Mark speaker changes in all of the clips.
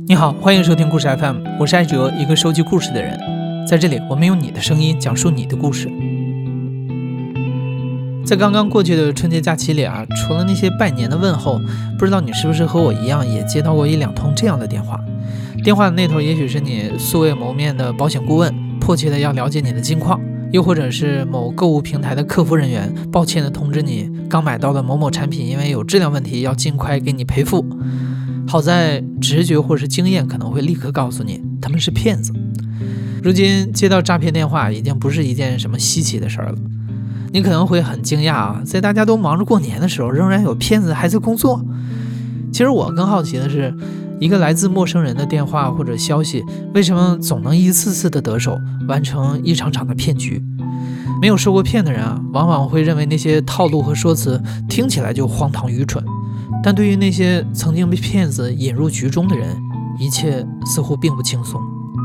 Speaker 1: 你好，欢迎收听故事 FM， 我是艾哲，一个收集故事的人。在这里，我们用你的声音讲述你的故事。在刚刚过去的春节假期里啊，除了那些拜年的问候，不知道你是不是和我一样，也接到过一两通这样的电话。电话的那头也许是你素未谋面的保险顾问，迫切的要了解你的近况，又或者是某购物平台的客服人员，抱歉的通知你刚买到的某某产品因为有质量问题，要尽快给你赔付。好在直觉或是经验可能会立刻告诉你他们是骗子。如今接到诈骗电话已经不是一件什么稀奇的事了。你可能会很惊讶啊，在大家都忙着过年的时候，仍然有骗子还在工作。其实我更好奇的是，一个来自陌生人的电话或者消息，为什么总能一次次的得手，完成一场场的骗局？没有受过骗的人啊，往往会认为那些套路和说辞听起来就荒唐愚蠢，但对于那些曾经被骗子引入局中的人，一切似乎并不轻松。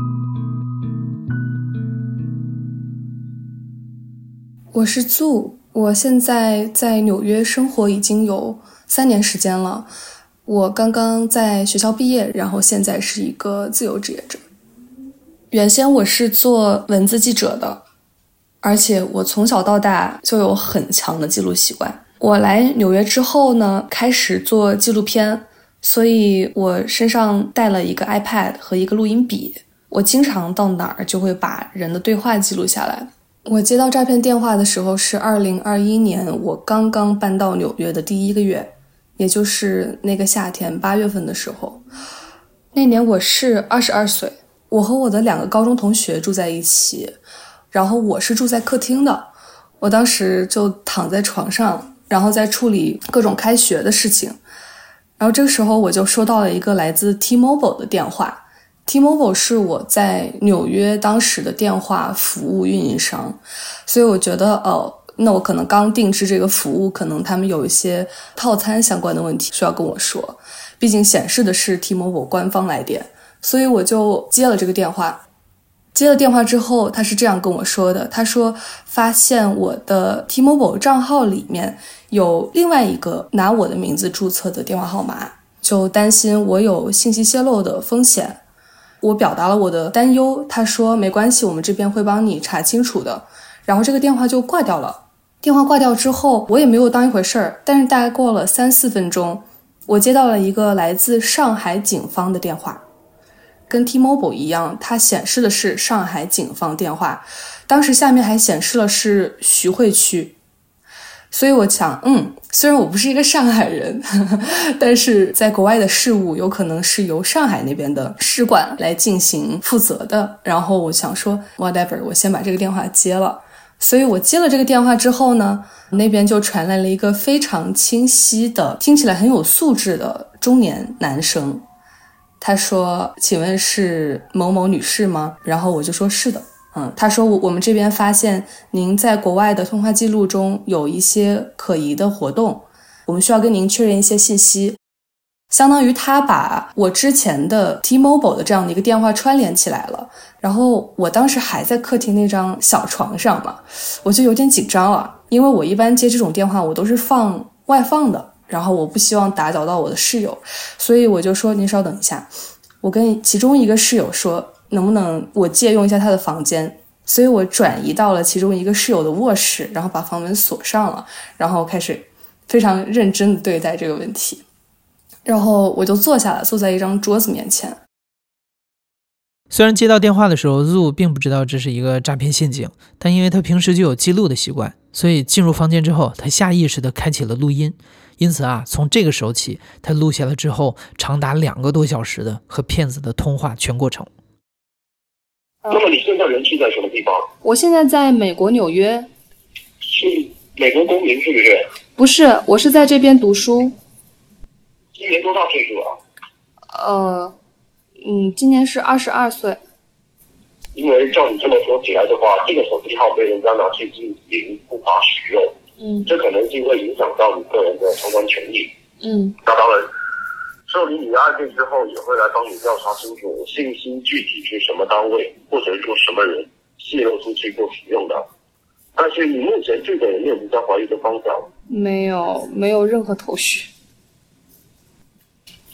Speaker 2: 我是Zu，我现在在纽约生活已经有3年时间了。我刚刚在学校毕业，然后现在是一个自由职业者。原先我是做文字记者的，而且我从小到大就有很强的记录习惯。我来纽约之后呢，开始做纪录片，所以我身上带了一个 iPad 和一个录音笔，我经常到哪儿就会把人的对话记录下来。我接到诈骗电话的时候是2021年，我刚刚搬到纽约的第1个月，也就是那个夏天8月份的时候。那年我是22岁，我和我的2个高中同学住在一起，然后我是住在客厅的。我当时就躺在床上，然后在处理各种开学的事情。然后这个时候我就收到了一个来自 T-Mobile 的电话。T-Mobile 是我在纽约当时的电话服务运营商，所以我觉得那我可能刚定制这个服务，可能他们有一些套餐相关的问题需要跟我说，毕竟显示的是 T-Mobile 官方来电，所以我就接了这个电话。接了电话之后，他是这样跟我说的，他说发现我的 T-Mobile 账号里面有另外一个拿我的名字注册的电话号码，就担心我有信息泄露的风险。我表达了我的担忧，他说没关系，我们这边会帮你查清楚的。然后这个电话就挂掉了。电话挂掉之后，我也没有当一回事儿，但是大概过了3-4分钟，我接到了一个来自上海警方的电话，跟 T-Mobile 一样，它显示的是上海警方电话，当时下面还显示了是徐汇区。所以我想虽然我不是一个上海人但是在国外的事务有可能是由上海那边的使馆来进行负责的，然后我想说 whatever， 我先把这个电话接了。所以我接了这个电话之后呢，那边就传来了一个非常清晰的，听起来很有素质的中年男生。他说请问是某某女士吗？然后我就说是的。他说我们这边发现您在国外的通话记录中有一些可疑的活动，我们需要跟您确认一些信息。相当于他把我之前的 T-Mobile 的这样的一个电话串联起来了。然后我当时还在客厅那张小床上嘛，我就有点紧张了，因为我一般接这种电话我都是外放的，然后我不希望打扰到我的室友，所以我就说您稍等一下，我跟其中一个室友说能不能我借用一下他的房间，所以我转移到了其中一个室友的卧室，然后把房门锁上了，然后开始非常认真的对待这个问题。然后我就坐下来，坐在一张桌子面前。
Speaker 1: 虽然接到电话的时候 Zu 并不知道这是一个诈骗陷阱，但因为他平时就有记录的习惯，所以进入房间之后他下意识地开启了录音。因此啊，从这个时候起，他录下了之后长达2个多小时的和骗子的通话全过程。
Speaker 3: 那么你现在人是在什么地方？
Speaker 2: 我现在在美国纽约。
Speaker 3: 是美国公民是不是？
Speaker 2: 不是，我是在这边读书。
Speaker 3: 今年多大岁数啊？
Speaker 2: 今年是22岁。
Speaker 3: 因为照你这么说起来的话，这个手机号被人家拿去进行不法使用，这可能性会影响到你个人的相关权益。那当然，受理你的案件之后，也会来帮你调查清楚信息具体是什么单位或者说什么人泄露出去做使用的。但是你目前这个人有比较怀疑的方向？
Speaker 2: 没有任何头绪。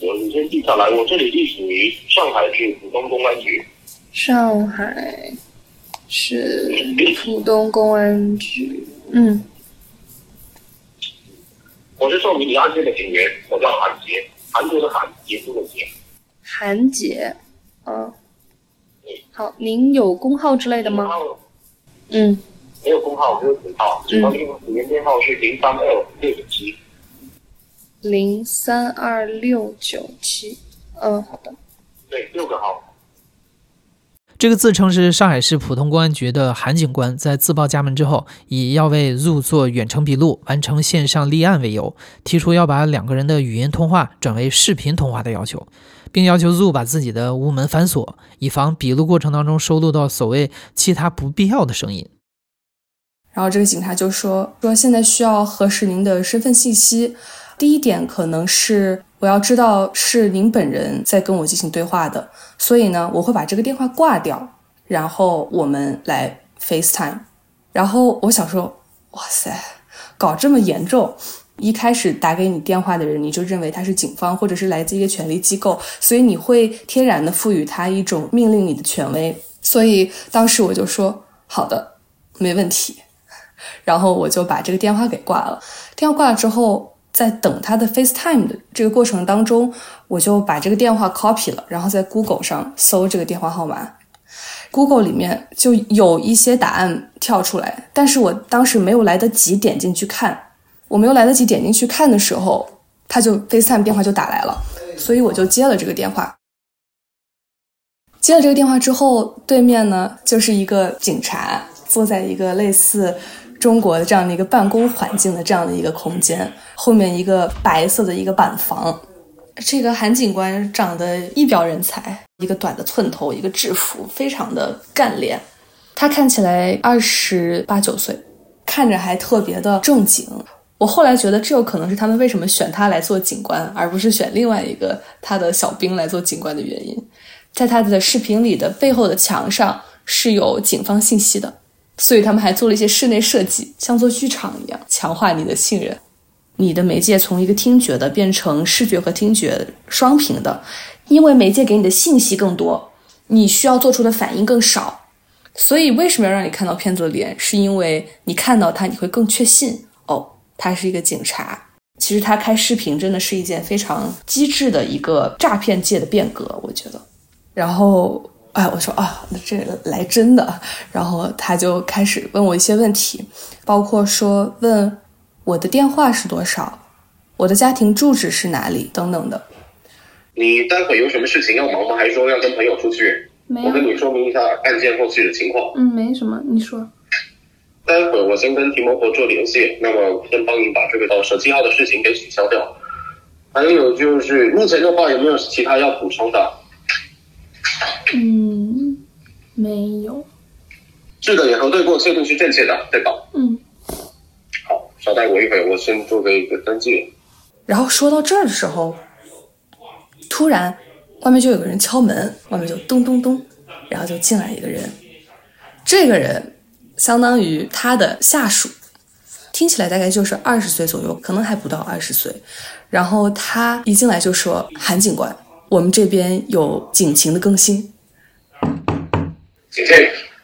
Speaker 3: 你先记下来，我这里隶属于上海市浦东公安局。
Speaker 2: 上海市浦东公安局。
Speaker 3: 我是受理你案件的警员，我叫韩杰，韩国的韩，结束的结。
Speaker 2: 韩杰，好，您有工号之类的吗？
Speaker 3: 没有工号，没有警号，警方警员编号是032697。
Speaker 2: 032697。好的。
Speaker 3: 对，6个号。
Speaker 1: 这个自称是上海市浦东公安局的韩警官，在自报家门之后，以要为 ZOO 做远程笔录、完成线上立案为由，提出要把2个人的语音通话转为视频通话的要求，并要求 ZOO 把自己的屋门反锁，以防笔录过程当中收录到所谓其他不必要的声音。
Speaker 2: 然后这个警察就说现在需要核实您的身份信息，第一点可能是我要知道是您本人在跟我进行对话的，所以呢我会把这个电话挂掉，然后我们来 FaceTime。 然后我想说，哇塞，搞这么严重，一开始打给你电话的人你就认为他是警方或者是来自一个权力机构，所以你会天然的赋予他一种命令你的权威，所以当时我就说好的，没问题。然后我就把这个电话给挂了。电话挂了之后，在等他的 FaceTime 的这个过程当中，我就把这个电话 copy 了，然后在 Google 上搜这个电话号码。Google 里面就有一些答案跳出来，但是我当时没有来得及点进去看。我没有来得及点进去看的时候，他就 FaceTime 电话就打来了，所以我就接了这个电话。接了这个电话之后，对面呢就是一个警察，坐在一个类似中国的这样的一个办公环境的这样的一个空间，后面一个白色的一个板房。这个韩警官长得一表人才，一个短的寸头，一个制服，非常的干练。他看起来28、29岁，看着还特别的正经。我后来觉得这有可能是他们为什么选他来做警官，而不是选另外一个他的小兵来做警官的原因。在他的视频里的背后的墙上是有警方信息的，所以他们还做了一些室内设计，像做剧场一样，强化你的信任。你的媒介从一个听觉的变成视觉和听觉双屏的，因为媒介给你的信息更多，你需要做出的反应更少。所以为什么要让你看到骗子的脸，是因为你看到他你会更确信，他是一个警察。其实他开视频真的是一件非常机智的一个诈骗界的变革，我觉得。然后我说这个来真的。然后他就开始问我一些问题，包括说问我的电话是多少，我的家庭住址是哪里等等的。
Speaker 3: 你待会有什么事情要忙吗？还是说要跟朋友出去？
Speaker 2: 没有。
Speaker 3: 我跟你说明一下案件后续的情况。
Speaker 2: 没什么，你说。
Speaker 3: 待会我先跟提摩婆做联系，那么先帮你把这个到手机号的事情给取消掉。还有就是目前的话有没有其他要补充的？
Speaker 2: 没有。
Speaker 3: 是的，也核对过，确定是正确的，对吧？好，稍待我一会，我先做个一个登记。
Speaker 2: 然后说到这儿的时候，突然外面就有个人敲门，外面就咚咚咚，然后就进来一个人。这个人相当于他的下属，听起来大概就是20岁左右，可能还不到20岁。然后他一进来就说：“韩警官，我们这边有警情的更新。”
Speaker 3: 请进。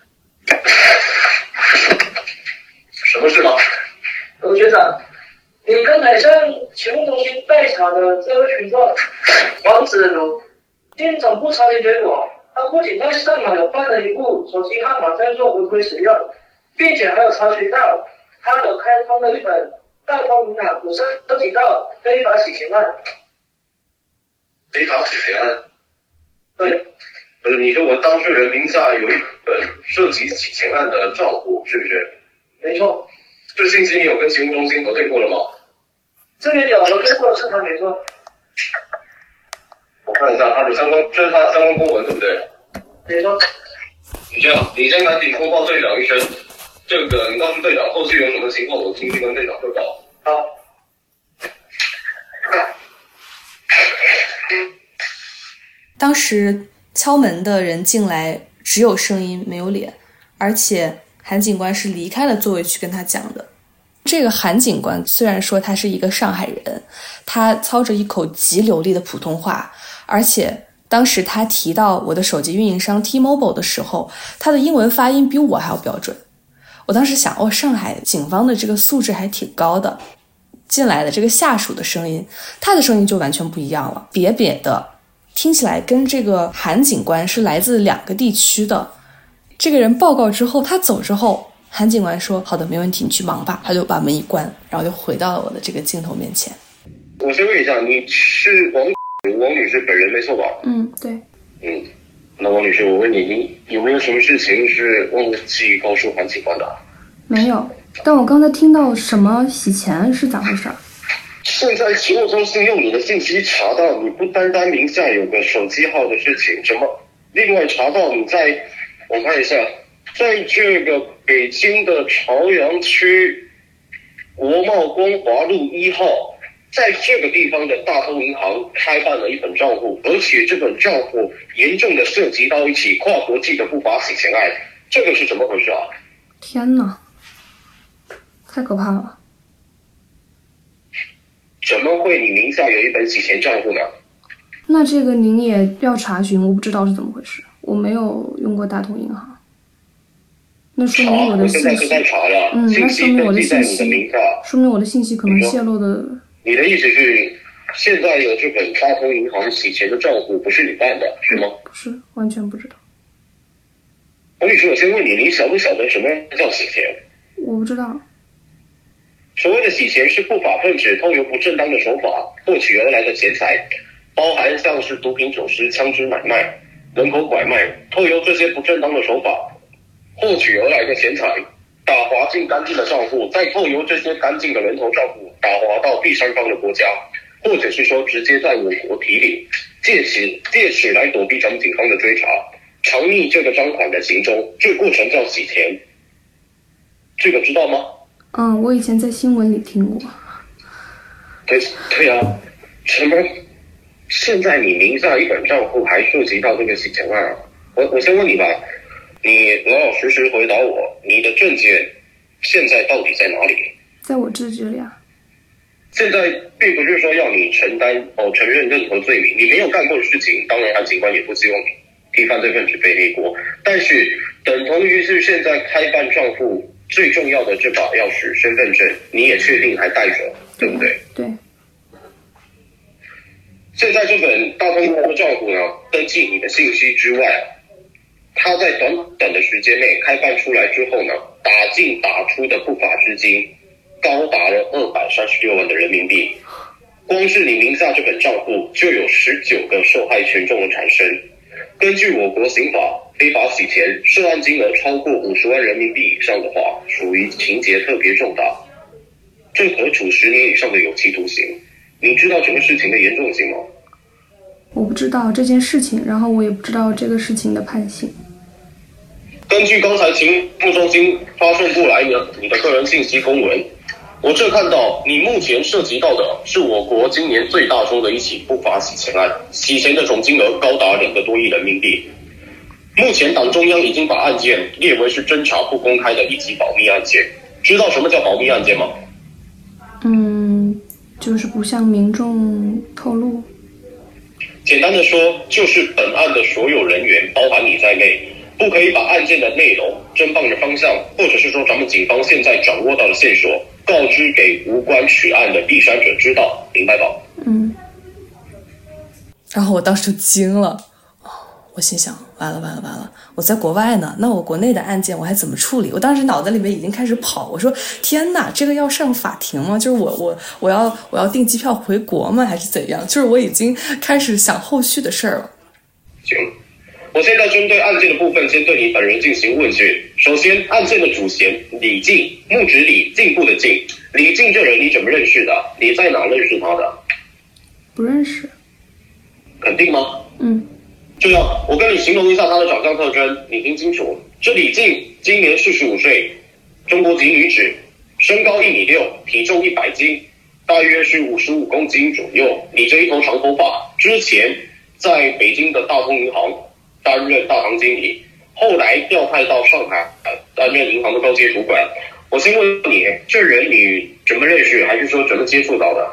Speaker 3: 什么事吗？
Speaker 4: 罗局长，你刚才向勤务中心代查的这位群众王子如，经总部查询结果，他不仅在上海有办了一部手机号码在做违规使用，并且还有查询到他有开通了一本大通银行股涉及到非法洗钱案。
Speaker 3: 非法洗钱案？
Speaker 4: 对。
Speaker 3: 你说我当事人名下有一本涉及洗钱案的账户，是不是？
Speaker 4: 没错。
Speaker 3: 这信息你有跟勤务中心核对过了吗？
Speaker 4: 这边有核对过，是他没错。
Speaker 3: 我看一下他的相关，这是他的相关公文，对不对？
Speaker 4: 没错。
Speaker 3: 你这样，你先赶紧通报队长一声，这个你告诉队长后续有什么情况，我亲自跟队长汇报。
Speaker 4: 好。
Speaker 2: 当时敲门的人进来只有声音没有脸，而且韩警官是离开了座位去跟他讲的。这个韩警官虽然说他是一个上海人， 他操着一口极流利的普通话，而且当时他提到我的手机运营商 T-Mobile 的时候，他的英文发音比我还要标准。我当时想，上海警方的这个素质还挺高的。进来的这个下属的声音，他的声音就完全不一样了，瘪瘪的，听起来跟这个韩警官是来自2个地区的。这个人报告之后，他走之后，韩警官说好的，没问题，你去忙吧，他就把门一关，然后就回到了我的这个镜头面前。
Speaker 3: 我先问一下，你是王女士本人没错吧？
Speaker 2: 对。
Speaker 3: 那王女士，我问你，你有没有什么事情是忘记告诉韩警官的？
Speaker 5: 没有，但我刚才听到什么洗钱是咋回事？
Speaker 3: 现在企业中心用你的信息查到你不单单名下有个手机号的事情，另外查到你在，我看一下，在这个北京的朝阳区国贸光华路1号，在这个地方的大通银行开办了一本账户，而且这本账户严重的涉及到一起跨国际的不法洗钱案，这个是怎么回事啊？
Speaker 5: 天哪，太可怕了！
Speaker 3: 怎么会你名下有一本洗钱账户呢？
Speaker 5: 那这个您也要查询，我不知道是怎么回事，我没有用过大通银行。那说明我的信息，
Speaker 3: 现在在查了，
Speaker 5: 那说明我的信息，说明我的信息可能泄露的。
Speaker 3: 你的意思是，现在有这本大通银行洗钱的账户不是你办的，是吗？
Speaker 5: 不是，完全不知道。
Speaker 3: 王女士，我先问你，你晓不晓得什么叫洗钱？
Speaker 5: 我不知道。
Speaker 3: 所谓的洗钱是不法分子透过不正当的手法获取而来的钱财，包含像是毒品走私、枪支买卖、人口拐卖，透过这些不正当的手法获取而来的钱财，打滑进干净的账户，再透过这些干净的人头账户打滑到第三方的国家，或者是说直接在我国提领，借此来躲避咱们警方的追查，藏匿这个赃款的行踪，这个过程叫洗钱，这个知道吗？
Speaker 5: 我以前在新闻里听过。
Speaker 3: 对啊，什么？现在你名下一本账户还涉及到这个洗钱案啊？我先问你吧，你老老实实回答我，你的证件现在到底在哪里？
Speaker 5: 在我这里啊。
Speaker 3: 现在并不是说要你承认任何罪名，你没有干过的事情，当然警官也不希望你替犯罪分子背黑锅，但是等同于是现在开办账户最重要的这把钥匙身份证，你也确定还带着，对不对？
Speaker 5: 对。
Speaker 3: 现在这本大通银行的账户呢，登记你的信息之外，它在短短的时间内开办出来之后呢，打进打出的不法资金高达了236万的人民币。光是你名下这本账户就有19个受害权重的产生。根据我国刑法，非法洗钱涉案金额超过50万人民币以上的话，属于情节特别重大，这可处10年以上的有期徒刑。你知道这个事情的严重性吗？
Speaker 5: 我不知道这件事情，然后我也不知道这个事情的判刑。
Speaker 3: 根据刚才情报中心发送过来你的个人信息公文，我这看到你目前涉及到的是我国今年最大宗的一起不法洗钱案，洗钱的总金额高达2个多亿人民币。目前党中央已经把案件列为是侦查不公开的一级保密案件。知道什么叫保密案件吗？
Speaker 5: 就是不向民众透露。
Speaker 3: 简单的说，就是本案的所有人员，包含你在内，不可以把案件的内容、侦办的方向，或者是说咱们警方现在掌握到的线索，告知给无关此案的第三者知道，明白吧？
Speaker 2: 然后我当时就惊了，我心想完了，我在国外呢，那我国内的案件我还怎么处理？我当时脑子里面已经开始跑，我说天哪，这个要上法庭吗？就是我要订机票回国吗？还是怎样？就是我已经开始想后续的事儿了。
Speaker 3: 行，我现在针对案件的部分，先对你本人进行问讯。首先，案件的主嫌李静，木子李，进步的进，李静这人你怎么认识的？你在哪认识他的？
Speaker 5: 不认识。
Speaker 3: 肯定吗？这样，我跟你形容一下她的长相特征，你听清楚。这李静今年45岁，中国籍女子，身高1.6米，体重100斤，大约是55公斤左右。理着一头长头发，之前在北京的大通银行担任大堂经理，后来调派到上海担任银行的高阶主管。我先问你，这人你怎么认识，还是说怎么接触到的？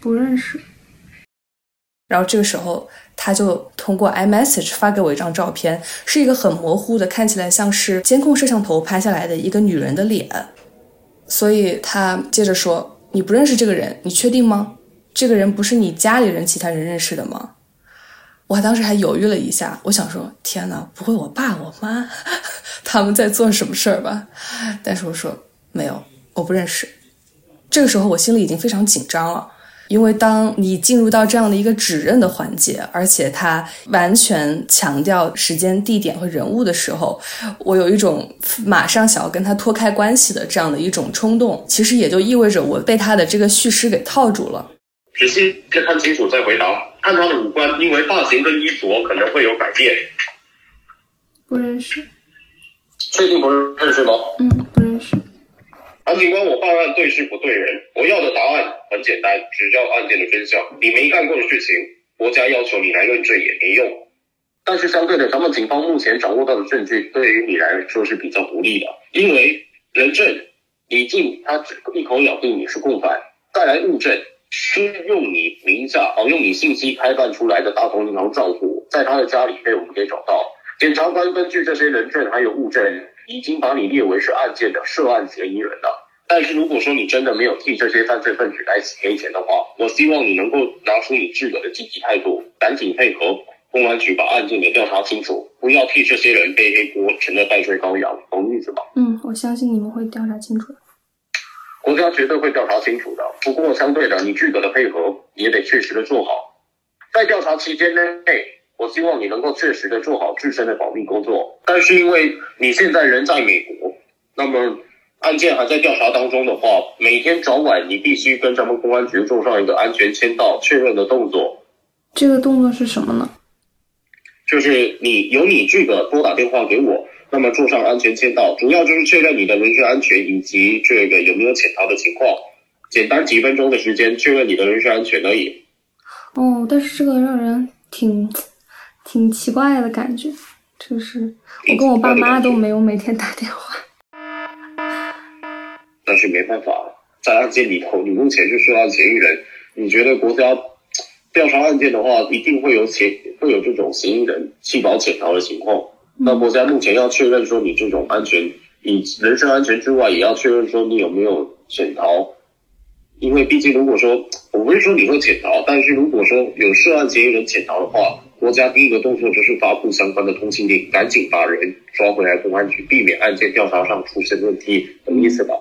Speaker 5: 不认识。
Speaker 2: 然后这个时候他就通过 iMessage 发给我一张照片，是一个很模糊的，看起来像是监控摄像头拍下来的一个女人的脸。所以他接着说，你不认识这个人，你确定吗？这个人不是你家里人其他人认识的吗？我当时还犹豫了一下，我想说天哪，不会我爸我妈他们在做什么事儿吧？但是我说没有，我不认识。这个时候我心里已经非常紧张了，因为当你进入到这样的一个指认的环节，而且他完全强调时间地点和人物的时候，我有一种马上想要跟他脱开关系的这样的一种冲动，其实也就意味着我被他的这个叙事给套住了。
Speaker 3: 仔细看清楚再回答，看他的五官，因为发型跟衣着可能会有改变。
Speaker 5: 不认识。
Speaker 3: 确定不认识吗？
Speaker 5: 不认识。
Speaker 3: 韩警官，我办案对事不对人，我要的答案很简单，只要案件的真相。你没干过的事情，国家要求你来认证也没用。但是相对的，咱们警方目前掌握到的证据对于你来说是比较不利的，因为人证李静他一口咬定你是共犯，再来物证是用你名下用你信息开办出来的大同银行账户，在他的家里被我们给找到。检察官根据这些人证还有物证，已经把你列为是案件的涉案嫌疑人了。但是如果说你真的没有替这些犯罪分子来洗黑钱的话，我希望你能够拿出你自个的积极态度，赶紧配合公安局把案件给调查清楚，不要替这些人背黑锅，成了代罪羔羊，懂意思吗？
Speaker 5: 我相信你们会调查清楚的。
Speaker 3: 国家绝对会调查清楚的，不过相对的，你自个的配合也得确实的做好。在调查期间内，我希望你能够确实的做好自身的保密工作。但是因为你现在人在美国，那么案件还在调查当中的话，每天早晚你必须跟咱们公安局做上一个安全签到确认的动作。
Speaker 5: 这个动作是什么呢？
Speaker 3: 就是你这个拨打电话给我，那么做上安全签到，主要就是确认你的人身安全以及这个有没有潜逃的情况，简单几分钟的时间确认你的人身安全而已。
Speaker 5: 但是这个让人挺奇怪的感觉，就是我跟我爸妈都没有每天打电话。
Speaker 3: 但是没办法，在案件里头，你目前是涉案嫌疑人，你觉得国家调查案件的话，一定会有这种嫌疑人弃保潜逃的情况。那国家目前要确认说你这种安全，以人身安全之外，也要确认说你有没有潜逃。因为毕竟如果说，我不是说你会潜逃，但是如果说有涉案嫌疑人潜逃的话，国家第一个动作就是发布相关的通缉令，赶紧把人抓回来公安局，避免案件调查上出现问题，懂意思吧？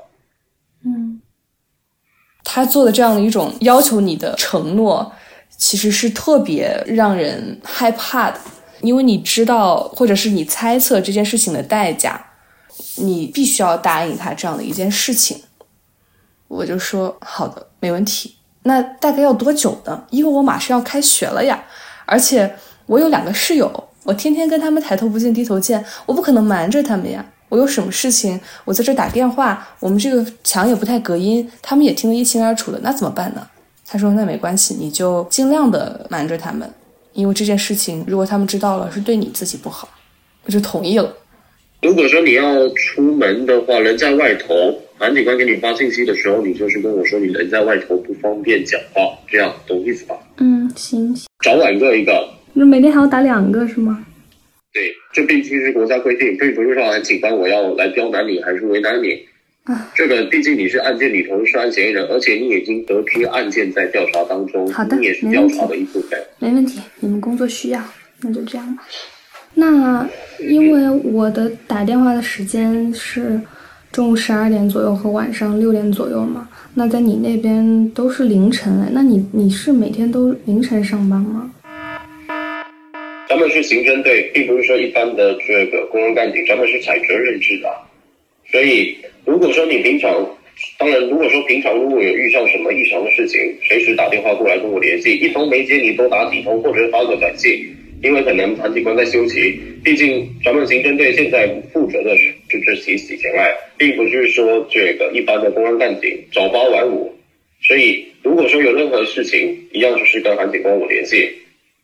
Speaker 2: 他做的这样的一种要求你的承诺，其实是特别让人害怕的，因为你知道或者是你猜测这件事情的代价，你必须要答应他这样的一件事情。我就说好的，没问题。那大概要多久呢？因为我马上要开学了呀，而且我有2个室友，我天天跟他们抬头不见低头见，我不可能瞒着他们呀。我有什么事情，我在这打电话，我们这个墙也不太隔音，他们也听得一清二楚的，那怎么办呢？他说那没关系，你就尽量的瞒着他们，因为这件事情如果他们知道了是对你自己不好。我就同意了。
Speaker 3: 如果说你要出门的话，人在外头，韩警官给你发信息的时候，你就是跟我说你人在外头不方便讲话，这样懂意思吧？
Speaker 5: 行。
Speaker 3: 早晚各一个。
Speaker 5: 那每天还要打2个是吗？
Speaker 3: 对，这毕竟是国家规定，并不是说韩警官我要来刁难你还是为难你。这个毕竟你是案件里头的涉案嫌疑人，而且你已经得知案件在调查当中，
Speaker 5: 好的，
Speaker 3: 你也是调查的一部分。
Speaker 5: 没问题，你们工作需要，那就这样吧。那因为我的打电话的时间是中午12点左右和晚上6点左右嘛，那在你那边都是凌晨，那你是每天都凌晨上班吗？
Speaker 3: 咱们是刑侦队，并不是说一般的这个公安干警，咱们是采责任制的。所以如果说你平常，当然如果说平常如果有遇上什么异常的事情，随时打电话过来跟我联系，一通没接你多打几通，或者发个短信，因为可能韩警官在休息，毕竟咱们刑侦队现在负责的是这起洗钱案，并不是说这个一般的公安干警早8晚5，所以如果说有任何事情，一样就是跟韩警官我联系。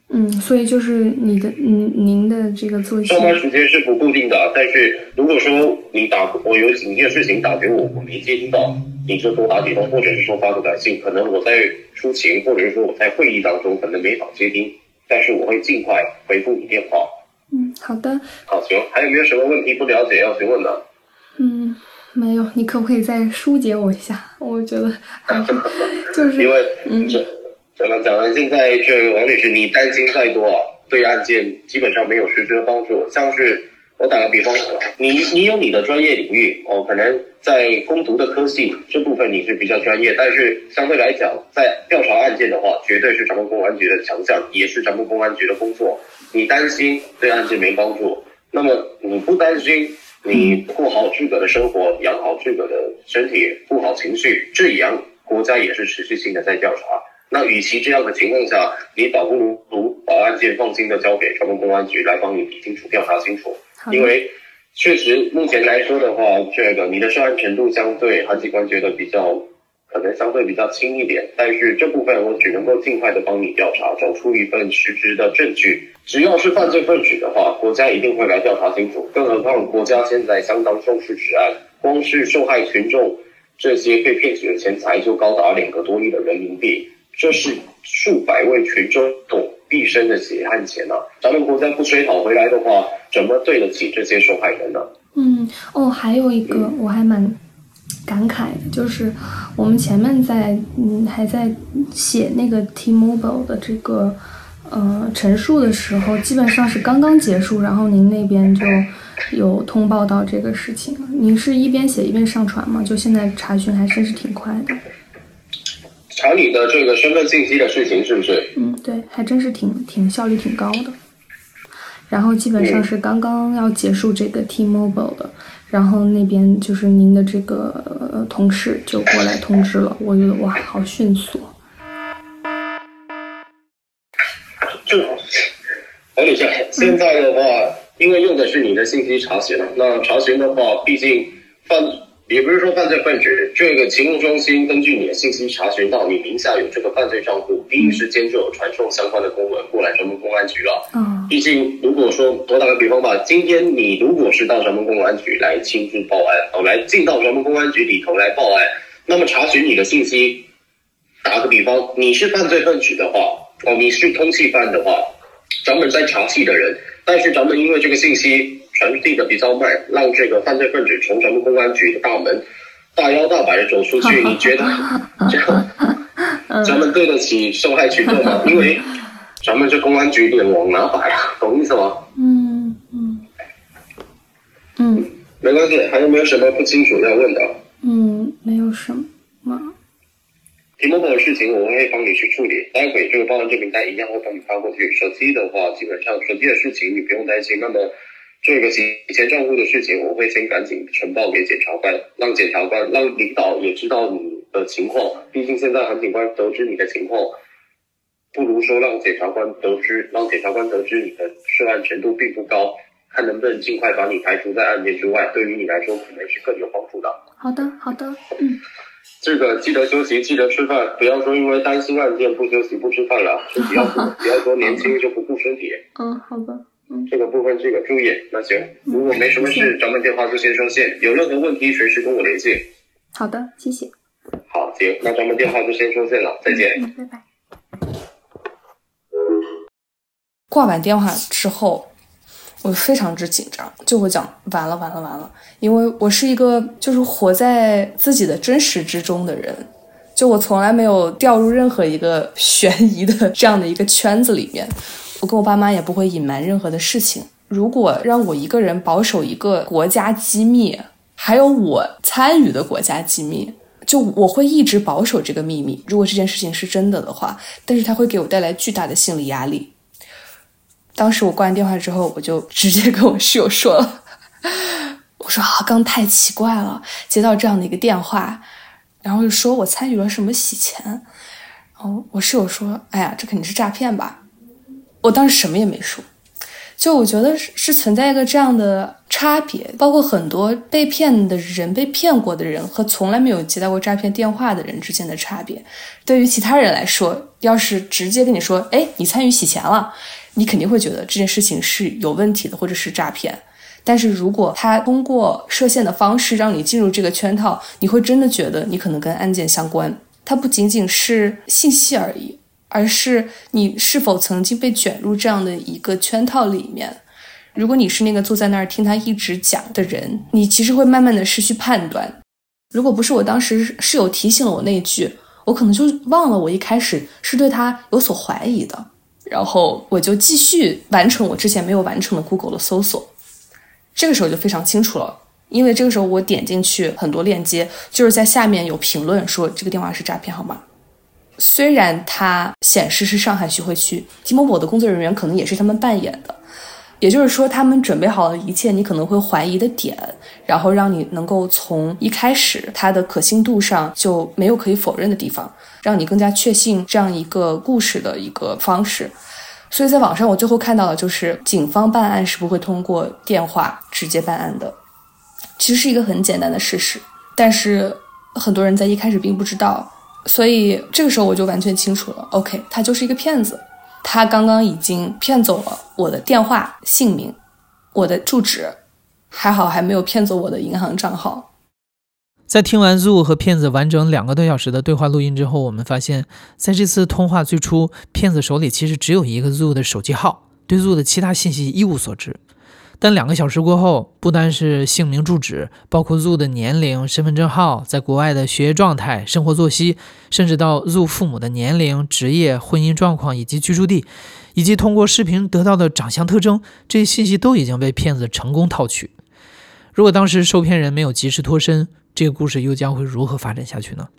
Speaker 5: 所以就是您的这个作息
Speaker 3: 上班时间是不固定的，但是如果说我有紧急的事情打给我没接听到，你就多打几通，或者是说发个短信，可能我在抒情，或者是说我在会议当中可能没法接听，但是我会尽快回复你电话。
Speaker 5: 好的。
Speaker 3: 好，行，还有没有什么问题不了解要询问的？
Speaker 5: 没有，你可不可以再疏解我一下？我觉得还是就是
Speaker 3: 因为怎么讲呢？现在这个王女士，你担心再多对案件基本上没有实质的帮助。像是我打个比方，你有你的专业领域可能在攻读的科系这部分你是比较专业，但是相对来讲，在调查案件的话，绝对是咱们公安局的强项，也是咱们公安局的工作。你担心对案件没帮助，那么你不担心，你过好自个的生活，养好自个的身体，顾好情绪，这样国家也是持续性的在调查。那与其这样的情况下，你倒不如把案件放心的交给咱们公安局来帮你理清楚、调查清楚。因为确实目前来说的话，这个你的涉案程度相对韩警官觉得可能相对比较轻一点，但是这部分我只能够尽快的帮你调查，找出一份实质的证据。只要是犯罪分子的话，国家一定会来调查清楚。更何况国家现在相当重视治安，光是受害群众这些被骗取的钱财就高达2个多亿的人民币，这是数百位群众毕生的血汗钱咱们国家不追讨回来的话，怎么对得起这些受害人呢？
Speaker 5: 还有一个我还蛮感慨的，就是我们前面还在写那个 T-Mobile 的这个陈述的时候，基本上是刚刚结束，然后您那边就有通报到这个事情了。您是一边写一边上传吗？就现在查询还真是挺快的。
Speaker 3: 查你的这个身份信息的事情是不是？
Speaker 5: 对，还真是挺效率挺高的。然后基本上是刚刚要结束这个 T-Mobile 的，然后那边就是您的这个同事就过来通知了，我觉得哇，好迅速。
Speaker 3: 王女士，现在的话，因为用的是你的信息查询，那查询的话，毕竟也不是说犯罪分子，这个勤务中心根据你的信息查询到你名下有这个犯罪账户，第一时间就有传送相关的公文过来咱们公安局了。毕竟如果说我打个比方吧，今天你如果是到咱们公安局来亲自报案，来进到咱们公安局里头来报案，那么查询你的信息，打个比方，你是犯罪分子的话，你是通缉犯的话，咱们在查缉的人，但是咱们因为这个信息传递的比较慢，让这个犯罪分子从咱们公安局的大门大摇大摆的走出去，你觉得这样咱们对得起受害群众吗？因为咱们这公安局脸往哪摆懂意思吗？没关系，还有没有什么不清楚要问的？
Speaker 5: 没有什么。
Speaker 3: T-Mobile 的事情我会帮你去处理，待会这个报案证明单一样会帮你发过去。手机的话，基本上手机的事情你不用担心。那么这个洗钱账户的事情，我会先赶紧呈报给检察官，让检察官、让领导也知道你的情况。毕竟现在韩警官得知你的情况，不如说让检察官得知你的涉案程度并不高，看能不能尽快把你排除在案件之外，对于你来说可能是更有帮助的。
Speaker 5: 好的。
Speaker 3: 这个记得休息，记得吃饭，不要说因为担心案件不休息不吃饭了，身体要顾，不要说年轻就不顾身体。
Speaker 5: 好的。
Speaker 3: 这个部分这个注意。那行，如果没什么事，咱们电话就先收线，有任何问题随时跟我联系。
Speaker 5: 好的，谢谢。
Speaker 3: 好，行，那咱们电话就先收线了，再见。
Speaker 5: 拜拜。
Speaker 2: 挂完电话之后，我非常之紧张，就我讲完了，因为我是一个就是活在自己的真实之中的人，就我从来没有掉入任何一个悬疑的这样的一个圈子里面，我跟我爸妈也不会隐瞒任何的事情。如果让我一个人保守一个国家机密，还有我参与的国家机密，就我会一直保守这个秘密，如果这件事情是真的话，但是它会给我带来巨大的心理压力。当时我挂完电话之后，我就直接跟我室友说了，我说刚太奇怪了，接到这样的一个电话，然后就说我参与了什么洗钱，然后我室友说，哎呀，这肯定是诈骗吧。我当时什么也没说， 就我觉得是存在一个这样的差别，包括很多被骗的人、被骗过的人和从来没有接到过诈骗电话的人之间的差别。对于其他人来说，要是直接跟你说，哎，你参与洗钱了，你肯定会觉得这件事情是有问题的，或者是诈骗。但是如果他通过设限的方式让你进入这个圈套，你会真的觉得你可能跟案件相关。它不仅仅是信息而已，而是你是否曾经被卷入这样的一个圈套里面。如果你是那个坐在那儿听他一直讲的人，你其实会慢慢的失去判断。如果不是我当时室友提醒了我那一句，我可能就忘了我一开始是对他有所怀疑的，然后我就继续完成我之前没有完成的 Google 的搜索。这个时候就非常清楚了，因为这个时候我点进去很多链接，就是在下面有评论说这个电话是诈骗号码。虽然它显示是上海徐汇区，T-Mobile 的工作人员可能也是他们扮演的，也就是说他们准备好了一切你可能会怀疑的点，然后让你能够从一开始它的可信度上就没有可以否认的地方，让你更加确信这样一个故事的一个方式。所以在网上我最后看到的就是警方办案是不会通过电话直接办案的，其实是一个很简单的事实，但是很多人在一开始并不知道。所以这个时候我就完全清楚了 OK， 他就是一个骗子，他刚刚已经骗走了我的电话、姓名、我的住址，还好还没有骗走我的银行账号。
Speaker 1: 在听完 Zoo 和骗子完整2个多小时的对话录音之后，我们发现在这次通话最初，骗子手里其实只有一个 Zoo 的手机号，对 Zoo 的其他信息一无所知。但2个小时过后，不单是姓名住址，包括 Zoo 的年龄、身份证号、在国外的学业状态、生活作息，甚至到 Zoo 父母的年龄、职业、婚姻状况以及居住地，以及通过视频得到的长相特征，这些信息都已经被骗子成功套取。如果当时受骗人没有及时脱身，这个故事又将会如何发展下去呢？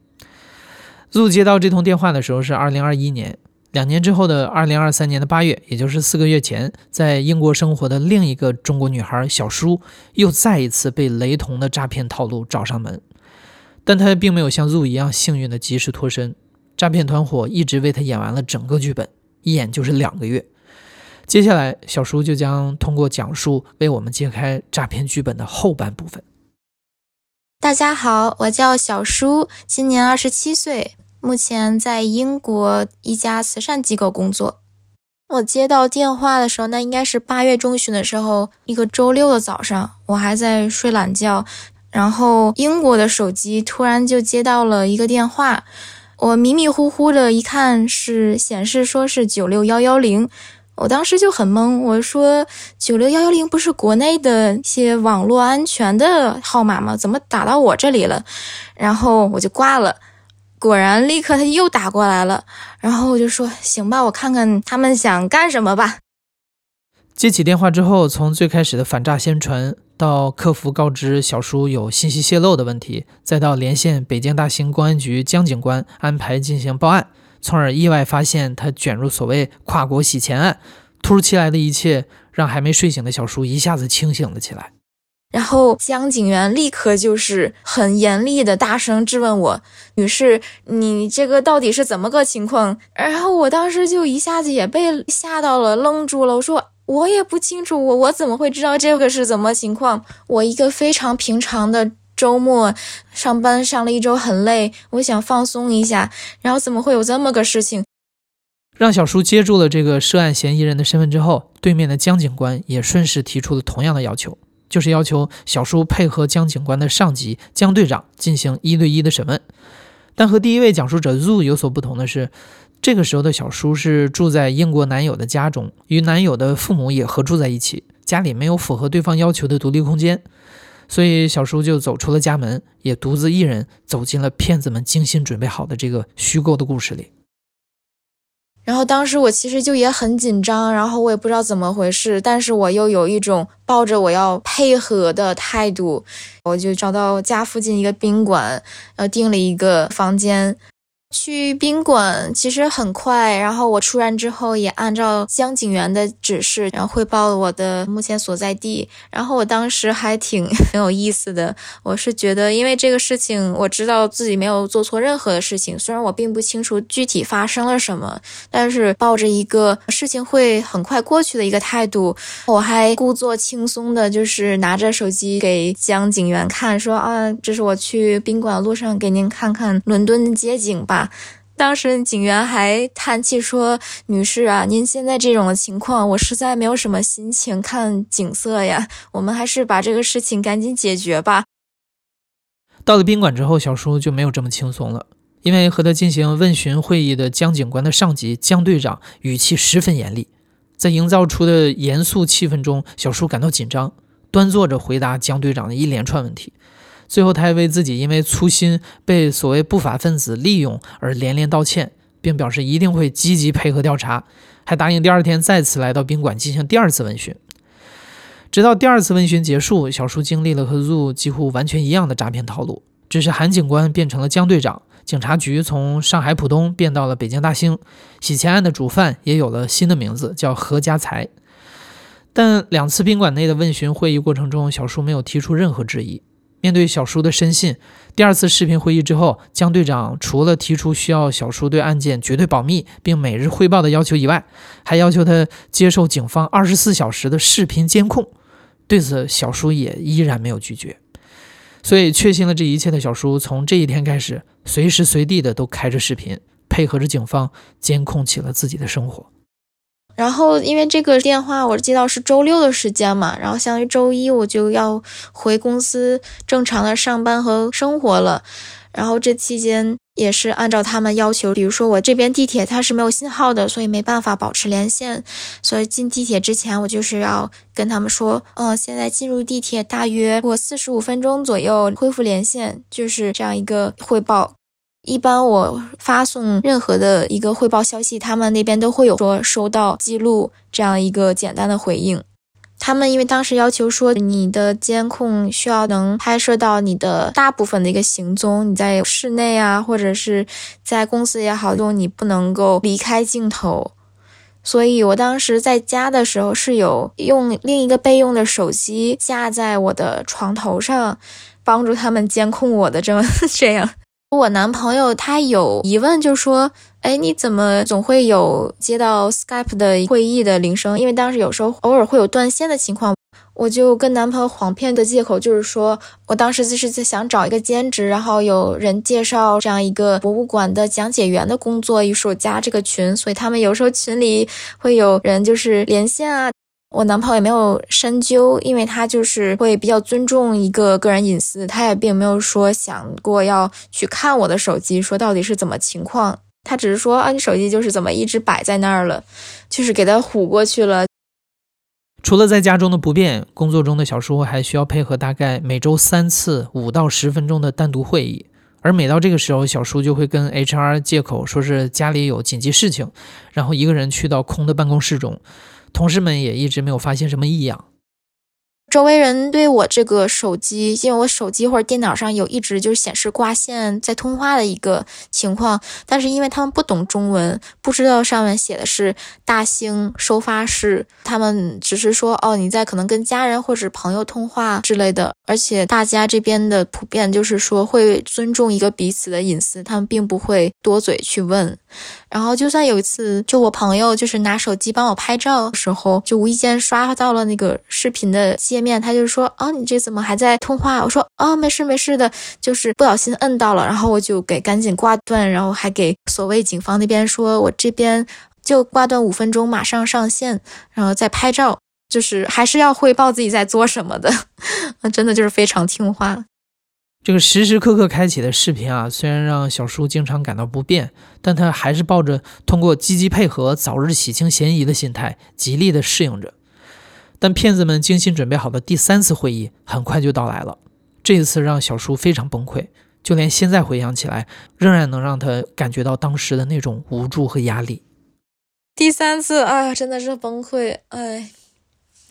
Speaker 1: Zoo 接到这通电话的时候是2021年，2年之后的2023年的8月，也就是4个月前，在英国生活的另一个中国女孩小舒又再一次被雷同的诈骗套路找上门，但她并没有像 Zoo 一样幸运的及时脱身，诈骗团伙一直为她演完了整个剧本，一演就是2个月。接下来小舒就将通过讲述为我们揭开诈骗剧本的后半部分。
Speaker 6: 大家好，我叫小舒，今年27岁，目前在英国一家慈善机构工作。我接到电话的时候，那应该是8月中旬的时候，一个周六的早上，我还在睡懒觉，然后英国的手机突然就接到了一个电话，我迷迷糊糊的一看是显示说是96110，我当时就很懵，我说96110不是国内的一些网络安全的号码吗？怎么打到我这里了？然后我就挂了，果然立刻他又打过来了，然后我就说行吧，我看看他们想干什么吧。
Speaker 1: 接起电话之后，从最开始的反诈宣传，到客服告知小舒有信息泄露的问题，再到连线北京大兴公安局江警官安排进行报案，从而意外发现他卷入所谓跨国洗钱案。突如其来的一切让还没睡醒的小舒一下子清醒了起来。
Speaker 6: 然后江警员立刻就是很严厉的大声质问我，女士，你这个到底是怎么个情况？然后我当时就一下子也被吓到了，愣住了，我说我也不清楚，我怎么会知道这个是怎么情况？我一个非常平常的周末上班上了1周很累，我想放松一下，然后怎么会有这么个事情？
Speaker 1: 让小舒接住了这个涉案嫌疑人的身份之后，对面的江警官也顺势提出了同样的要求，就是要求小舒配合江警官的上级江队长进行1对1的审问。但和第一位讲述者 Zoo 有所不同的是，这个时候的小舒是住在英国男友的家中，与男友的父母也合住在一起，家里没有符合对方要求的独立空间，所以小舒就走出了家门，也独自一人走进了骗子们精心准备好的这个虚构的故事里。
Speaker 6: 然后当时我其实就也很紧张，然后我也不知道怎么回事，但是我又有一种抱着我要配合的态度，我就找到家附近一个宾馆，订了一个房间。 去宾馆其实很快，然后我出站之后也按照江警员的指示，然后汇报了我的目前所在地。然后我当时还挺有意思的，我是觉得因为这个事情我知道自己没有做错任何的事情，虽然我并不清楚具体发生了什么，但是抱着一个事情会很快过去的一个态度，我还故作轻松的就是拿着手机给江警员看，说这是我去宾馆路上给您看看伦敦街景吧。当时警员还叹气说，女士啊，您现在这种情况我实在没有什么心情看景色呀，我们还是把这个事情赶紧解决吧。
Speaker 1: 到了宾馆之后，小叔就没有这么轻松了，因为和他进行问询会议的江警官的上级江队长语气十分严厉，在营造出的严肃气氛中，小叔感到紧张，端坐着回答江队长的一连串问题。最后他还为自己因为粗心被所谓不法分子利用而连连道歉，并表示一定会积极配合调查，还答应第二天再次来到宾馆进行第二次问询。直到第二次问询结束，小叔经历了和 Zoo 几乎完全一样的诈骗套路，只是韩警官变成了江队长，警察局从上海浦东变到了北京大兴，洗钱案的主犯也有了新的名字，叫何家财。但2次宾馆内的问询会议过程中，小叔没有提出任何质疑。面对小叔的深信，第二次视频会议之后，江队长除了提出需要小叔对案件绝对保密并每日汇报的要求以外，还要求他接受警方24小时的视频监控。对此，小叔也依然没有拒绝。所以确信了这一切的小叔，从这一天开始，随时随地的都开着视频，配合着警方监控起了自己的生活。
Speaker 6: 然后因为这个电话我接到是周6的时间嘛，然后相当于周1我就要回公司正常的上班和生活了。然后这期间也是按照他们要求，比如说我这边地铁它是没有信号的，所以没办法保持连线，所以进地铁之前我就是要跟他们说现在进入地铁大约过45分钟左右恢复连线，就是这样一个汇报。一般我发送任何的一个汇报消息，他们那边都会有说收到记录这样一个简单的回应。他们因为当时要求说你的监控需要能拍摄到你的大部分的一个行踪，你在室内啊或者是在公司也好，你不能够离开镜头。所以我当时在家的时候是有用另一个备用的手机架在我的床头上，帮助他们监控我的这样。我男朋友他有疑问，就说你怎么总会有接到 Skype 的会议的铃声，因为当时有时候偶尔会有断线的情况。我就跟男朋友谎骗的借口就是说我当时就是想找一个兼职，然后有人介绍这样一个博物馆的讲解员的工作，于是我加这个群，所以他们有时候群里会有人就是连线啊。我男朋友也没有深究，因为他就是会比较尊重一个个人隐私，他也并没有说想过要去看我的手机说到底是怎么情况，他只是说你手机就是怎么一直摆在那儿了，就是给他唬过去了。
Speaker 1: 除了在家中的不便，工作中的小叔还需要配合大概每周3次5到10分钟的单独会议，而每到这个时候，小叔就会跟 HR 借口说是家里有紧急事情，然后一个人去到空的办公室中。同事们也一直没有发现什么异样。
Speaker 6: 周围人对我这个手机，因为我手机或者电脑上有一直就是显示挂线在通话的一个情况，但是因为他们不懂中文，不知道上面写的是大兴收发室，他们只是说你在可能跟家人或者朋友通话之类的，而且大家这边的普遍就是说会尊重一个彼此的隐私，他们并不会多嘴去问。然后就算有一次就我朋友就是拿手机帮我拍照的时候，就无意间刷到了那个视频的界面，他就说你这怎么还在通话？我说没事的，就是不小心摁到了，然后我就赶紧挂断，然后还给所谓警方那边说我这边就挂断5分钟马上上线，然后再拍照，就是还是要汇报自己在做什么的真的就是非常听话。
Speaker 1: 这个时时刻刻开启的视频虽然让小叔经常感到不便，但他还是抱着通过积极配合早日洗清嫌疑的心态极力的适应着。但骗子们精心准备好的第3次会议很快就到来了，这一次让小叔非常崩溃，就连现在回想起来仍然能让他感觉到当时的那种无助和压力。
Speaker 6: 第3次真的是崩溃。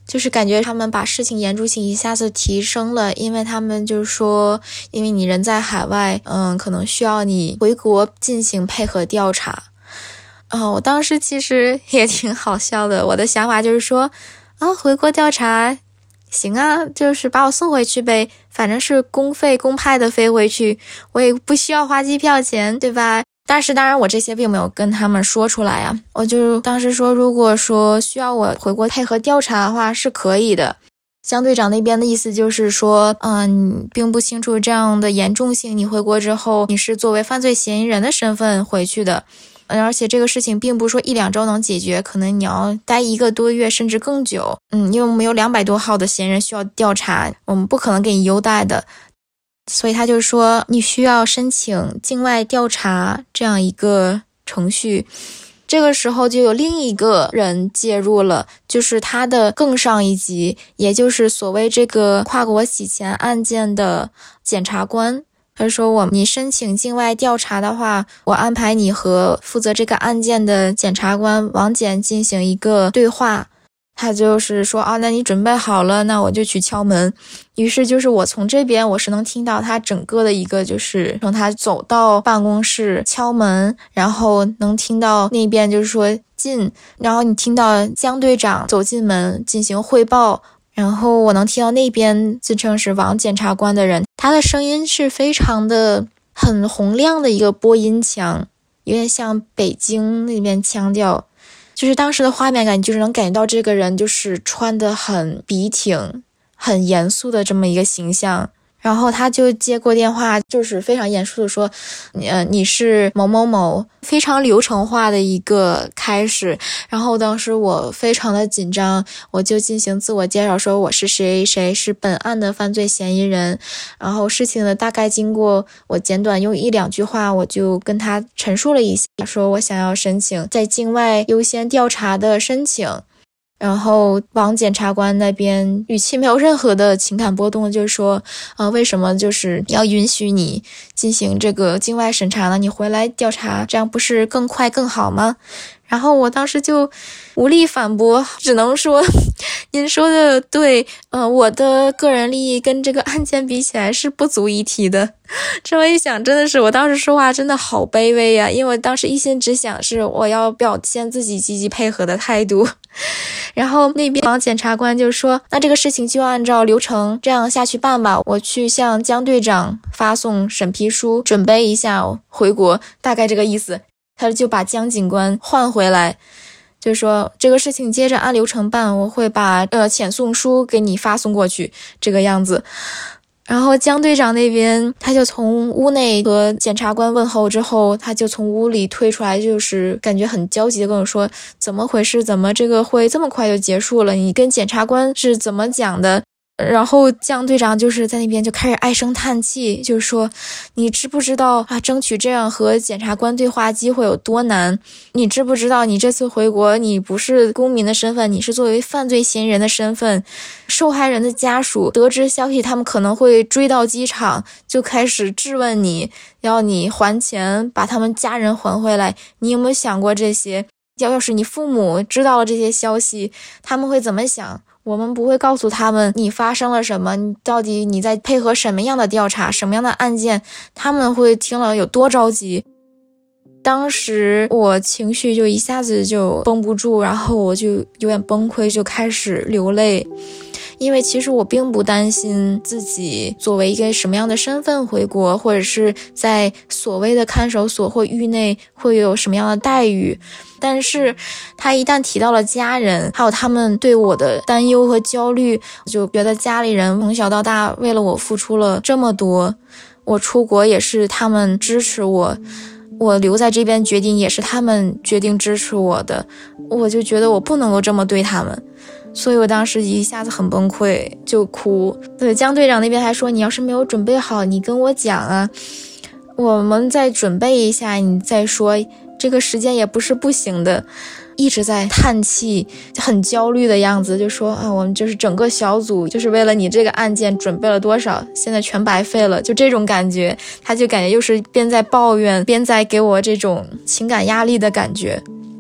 Speaker 6: 就是感觉他们把事情严重性一下子提升了，因为他们就是说，因为你人在海外，可能需要你回国进行配合调查。我当时其实也挺好笑的，我的想法就是说，回国调查，行啊，就是把我送回去呗，反正是公派的飞回去，我也不需要花机票钱，对吧？但是当然我这些并没有跟他们说出来啊，我就当时说，如果说需要我回国配合调查的话是可以的。江队长那边的意思就是说，你并不清楚这样的严重性，你回国之后你是作为犯罪嫌疑人的身份回去的，而且这个事情并不是说1-2周能解决，可能你要待1个多月甚至更久。因为我们有200多号的嫌疑人需要调查，我们不可能给你优待的。所以他就说你需要申请境外调查这样一个程序。这个时候就有另一个人介入了，就是他的更上一级，也就是所谓这个跨国洗钱案件的检察官。他说你申请境外调查的话，我安排你和负责这个案件的检察官王检进行一个对话。他就是说那你准备好了，那我就去敲门。于是就是我从这边我是能听到他整个的一个，就是从他走到办公室敲门，然后能听到那边就是说进，然后你听到江队长走进门进行汇报，然后我能听到那边自称是王检察官的人，他的声音是非常的很洪亮的一个播音腔，有点像北京那边腔调。就是当时的画面感，就是能感觉到这个人就是穿得很笔挺很严肃的这么一个形象。然后他就接过电话，就是非常严肃的说，你是某某某，非常流程化的一个开始。然后当时我非常的紧张，我就进行自我介绍，说我是谁谁，是本案的犯罪嫌疑人。然后事情的大概经过，我简短用1-2句话，我就跟他陈述了一下，说我想要申请在境外优先调查的申请。然后王检察官那边语气没有任何的情感波动，就是说为什么就是要允许你进行这个境外审查呢？你回来调查，这样不是更快更好吗？然后我当时就无力反驳，只能说您说的对，我的个人利益跟这个案件比起来是不足一提的。这么一想，真的是我当时说话真的好卑微呀，因为我当时一心只想是我要表现自己积极配合的态度。然后那边王检察官就说，那这个事情就按照流程这样下去办吧，我去向江队长发送审批书，准备一下回国，大概这个意思。他就把江警官换回来，就说这个事情接着按流程办，我会把遣送书给你发送过去，这个样子。然后江队长那边他就从屋内和检察官问候之后，他就从屋里退出来，就是感觉很焦急的跟我说，怎么回事，怎么这个会这么快就结束了，你跟检察官是怎么讲的？然后江队长就是在那边就开始唉声叹气，就是说你知不知道争取这样和检察官对话机会有多难？你知不知道你这次回国你不是公民的身份，你是作为犯罪嫌疑人的身份，受害人的家属得知消息，他们可能会追到机场就开始质问你，要你还钱把他们家人还回来。你有没有想过这些？要是你父母知道了这些消息，他们会怎么想？我们不会告诉他们你发生了什么，你到底你在配合什么样的调查，什么样的案件，他们会听了有多着急。当时我情绪就一下子就绷不住，然后我就有点崩溃，就开始流泪。因为其实我并不担心自己作为一个什么样的身份回国，或者是在所谓的看守所或狱内会有什么样的待遇，但是他一旦提到了家人，还有他们对我的担忧和焦虑，我就觉得家里人从小到大为了我付出了这么多，我出国也是他们支持我，我留在这边决定也是他们决定支持我的，我就觉得我不能够这么对他们。所以我当时一下子很崩溃，就哭。对，江队长那边还说，你要是没有准备好，你跟我讲啊，我们再准备一下，你再说，这个时间也不是不行的。一直在叹气，很焦虑的样子，就说我们就是整个小组就是为了你这个案件准备了多少，现在全白费了，就这种感觉。他就感觉又是边在抱怨边在给我这种情感压力的感觉。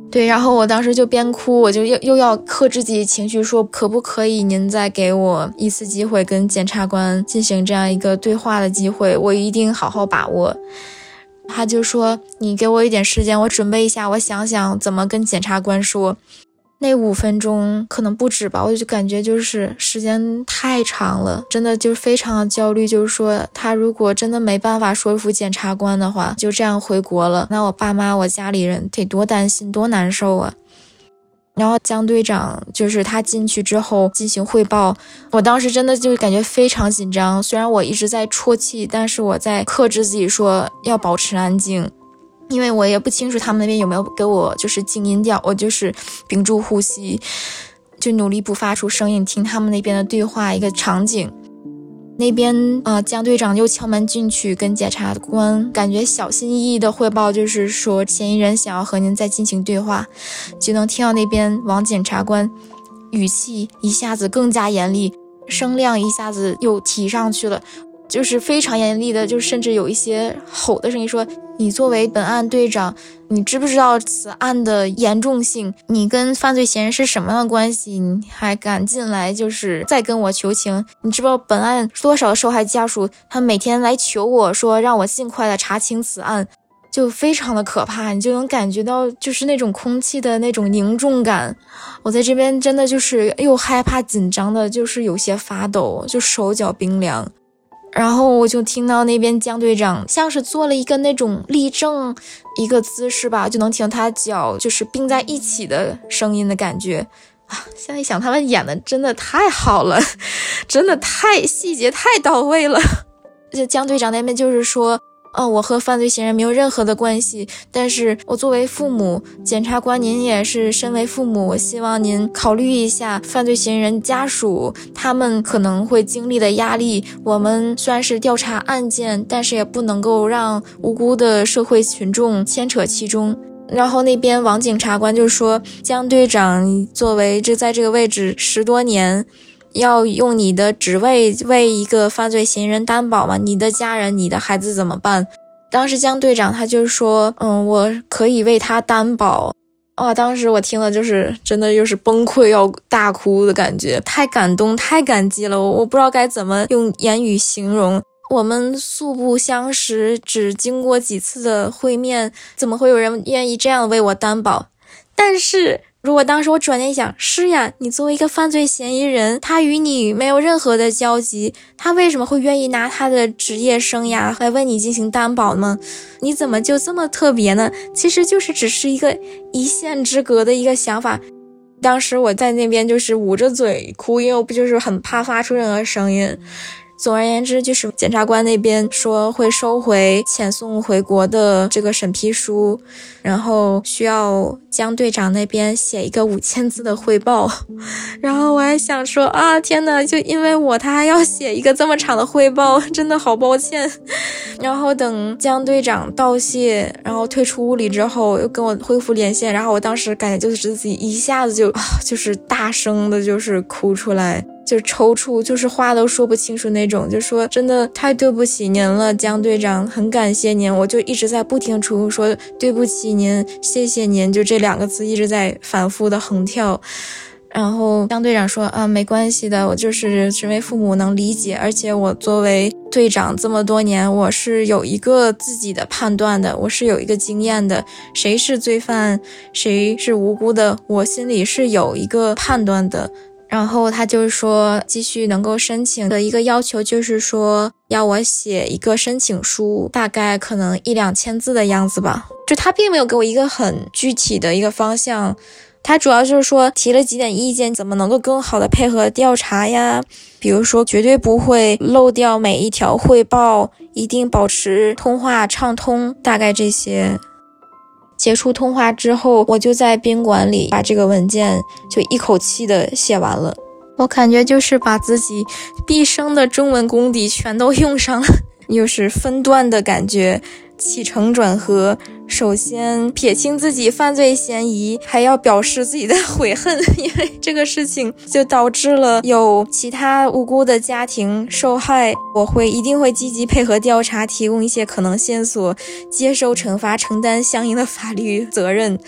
Speaker 6: 对，然后我当时就边哭，我就又要克制自己情绪，说可不可以您再给我一次机会跟检察官进行这样一个对话的机会，我一定好好把握。他就说你给我一点时间，我准备一下，我想想怎么跟检察官说。那5分钟可能不止吧，我就感觉就是时间太长了，真的就是非常的焦虑，就是说他如果真的没办法说服检察官的话，就这样回国了，那我爸妈我家里人得多担心多难受啊。然后江队长就是他进去之后进行汇报，我当时真的就感觉非常紧张，虽然我一直在啜泣，但是我在克制自己说要保持安静，因为我也不清楚他们那边有没有给我就是静音调，我就是屏住呼吸，就努力不发出声音，听他们那边的对话一个场景。那边江队长又敲门进去跟检察官感觉小心翼翼的汇报，就是说嫌疑人想要和您再进行对话，就能听到那边王检察官语气一下子更加严厉，声量一下子又提上去了，就是非常严厉的，就甚至有一些吼的声音，说你作为本案队长，你知不知道此案的严重性？你跟犯罪嫌疑人是什么样的关系？你还敢进来就是再跟我求情？你知不知道本案多少受害家属他每天来求我说让我尽快的查清此案，就非常的可怕，你就能感觉到就是那种空气的那种凝重感。我在这边真的就是又害怕紧张的，就是有些发抖，就手脚冰凉。然后我就听到那边江队长像是做了一个那种立正一个姿势吧，就能听到他脚就是并在一起的声音的感觉啊！现在一想他们演的真的太好了，真的太细节太到位了。就江队长那边就是说我和犯罪嫌疑人没有任何的关系，但是我作为父母，检察官您也是身为父母，我希望您考虑一下犯罪嫌疑人家属他们可能会经历的压力，我们虽然是调查案件，但是也不能够让无辜的社会群众牵扯其中。然后那边王检察官就说江队长作为在这个位置10多年，要用你的职位为一个犯罪嫌疑人担保吗？你的家人你的孩子怎么办？当时江队长他就说我可以为他担保。当时我听了就是真的又是崩溃要大哭的感觉，太感动太感激了，我不知道该怎么用言语形容。我们素不相识，只经过几次的会面，怎么会有人愿意这样为我担保？但是如果当时我转念一想，是呀，你作为一个犯罪嫌疑人，他与你没有任何的交集，他为什么会愿意拿他的职业生涯来为你进行担保呢？你怎么就这么特别呢？其实就是只是一个一线之隔的一个想法。当时我在那边就是捂着嘴哭，因为我不就是很怕发出任何声音。总而言之，就是检察官那边说会收回遣送回国的这个审批书，然后需要江队长那边写一个5000字的汇报。然后我还想说天哪，就因为我他还要写一个这么长的汇报，真的好抱歉。然后等江队长道谢，然后退出屋里之后又跟我恢复连线，然后我当时感觉就是自己一下子就是大声的就是哭出来，就抽搐，就是话都说不清楚那种，就说真的太对不起您了，江队长，很感谢您。我就一直在不停重复说对不起您，谢谢您，就这2个字一直在反复的横跳。然后江队长说没关系的，我就是身为父母能理解，而且我作为队长这么多年，我是有一个自己的判断的，我是有一个经验的，谁是罪犯谁是无辜的，我心里是有一个判断的。然后他就说继续能够申请的一个要求就是说要我写一个申请书，大概可能1-2千字的样子吧，就他并没有给我一个很具体的一个方向，他主要就是说提了几点意见，怎么能够更好的配合调查呀，比如说绝对不会漏掉每一条汇报，一定保持通话畅通，大概这些。结束通话之后，我就在宾馆里把这个文件就一口气的写完了。我感觉就是把自己毕生的中文功底全都用上了，又是分段的感觉，起承转合，首先撇清自己犯罪嫌疑，还要表示自己的悔恨，因为这个事情就导致了有其他无辜的家庭受害，我一定会积极配合调查，提供一些可能线索，接受惩罚，承担相应的法律责任。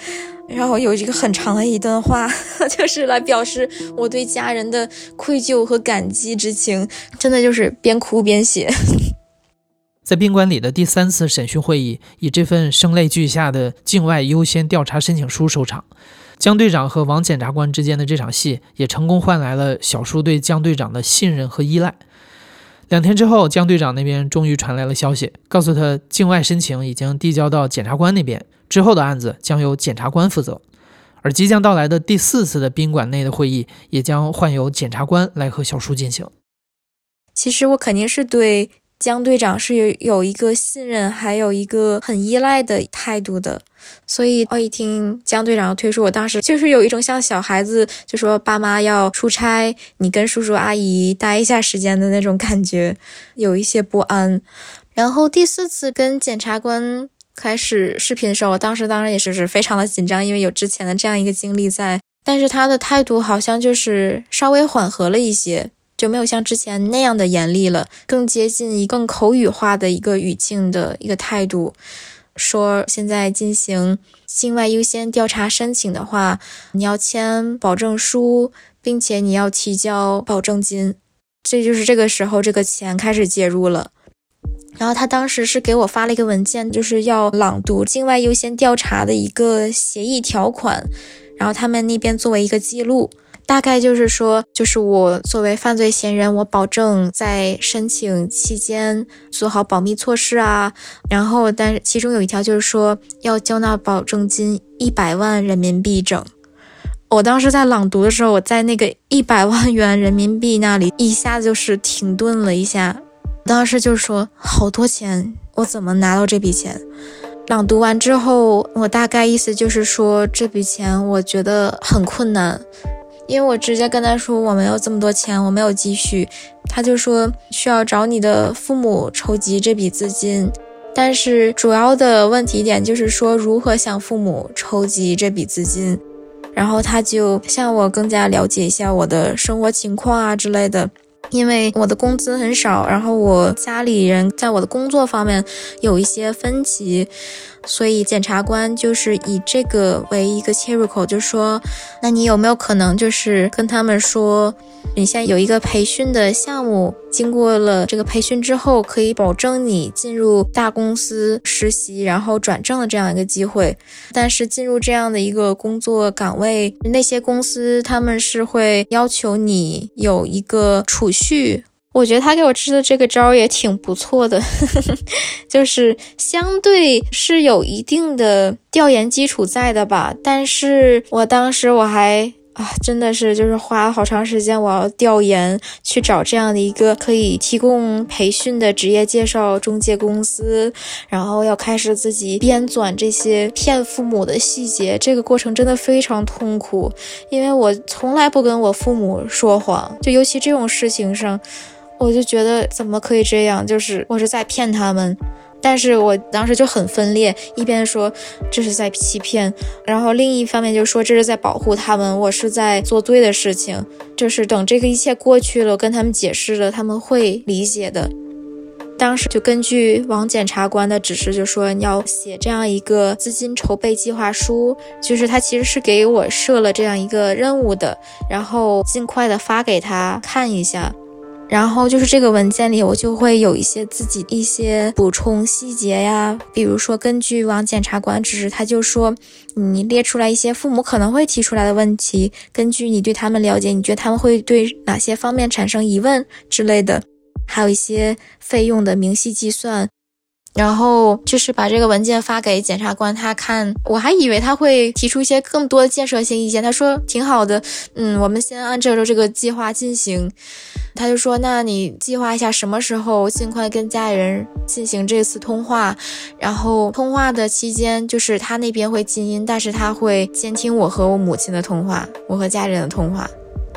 Speaker 6: 然后有一个很长的一段话，就是来表示我对家人的愧疚和感激之情，真的就是边哭边写。
Speaker 1: 在宾馆里的第3次审讯会议以这份声泪俱下的境外优先调查申请书收场。江队长和王检察官之间的这场戏也成功换来了小叔对江队长的信任和依赖。2天之后，江队长那边终于传来了消息，告诉他境外申请已经递交到检察官那边，之后的案子将由检察官负责。而即将到来的第4次的宾馆内的会议也将换由检察官来和小叔进行。
Speaker 6: 其实我肯定是对江队长是有一个信任还有一个很依赖的态度的，所以我一听江队长推出，我当时就是有一种像小孩子就说爸妈要出差，你跟叔叔阿姨待一下时间的那种感觉，有一些不安。然后第4次跟检察官开始视频的时候，我当然也是非常的紧张，因为有之前的这样一个经历在，但是他的态度好像就是稍微缓和了一些，就没有像之前那样的严厉了，更接近一更口语化的一个语境的一个态度。说现在进行境外优先调查申请的话，你要签保证书，并且你要提交保证金，这就是这个时候这个钱开始介入了。然后他当时是给我发了一个文件，就是要朗读境外优先调查的一个协议条款，然后他们那边作为一个记录，大概就是说，就是我作为犯罪嫌疑人，我保证在申请期间做好保密措施啊，然后但是其中有一条就是说要交纳保证金100万人民币整。我当时在朗读的时候，我在那个100万元人民币那里一下子就是停顿了一下，当时就说好多钱，我怎么拿到这笔钱？朗读完之后，我大概意思就是说这笔钱我觉得很困难，因为我直接跟他说我没有这么多钱，我没有积蓄，他就说需要找你的父母筹集这笔资金，但是主要的问题点就是说如何向父母筹集这笔资金，然后他就向我更加了解一下我的生活情况啊之类的。因为我的工资很少，然后我家里人在我的工作方面有一些分歧，所以检察官就是以这个为一个切入口，就说那你有没有可能就是跟他们说你现在有一个培训的项目，经过了这个培训之后可以保证你进入大公司实习然后转正的这样一个机会，但是进入这样的一个工作岗位，那些公司他们是会要求你有一个储蓄。我觉得他给我支的这个招也挺不错的就是相对是有一定的调研基础在的吧，但是我当时我还真的是就是花了好长时间，我要调研去找这样的一个可以提供培训的职业介绍中介公司，然后要开始自己编纂这些骗父母的细节，这个过程真的非常痛苦，因为我从来不跟我父母说谎，就尤其这种事情上，我就觉得怎么可以这样，就是我是在骗他们。但是我当时就很分裂，一边说这是在欺骗，然后另一方面就说这是在保护他们，我是在做对的事情，就是等这个一切过去了，我跟他们解释了，他们会理解的。当时就根据王检察官的指示，就说你要写这样一个资金筹备计划书，就是他其实是给我设了这样一个任务的，然后尽快的发给他看一下。然后就是这个文件里我就会有一些自己一些补充细节呀，比如说根据王检察官指示，他就说你列出来一些父母可能会提出来的问题，根据你对他们了解，你觉得他们会对哪些方面产生疑问之类的，还有一些费用的明细计算。然后就是把这个文件发给检察官他看，我还以为他会提出一些更多的建设性意见，他说挺好的，我们先按照这个计划进行。他就说那你计划一下什么时候尽快跟家里人进行这次通话，然后通话的期间就是他那边会静音，但是他会监听我和我母亲的通话，我和家里人的通话。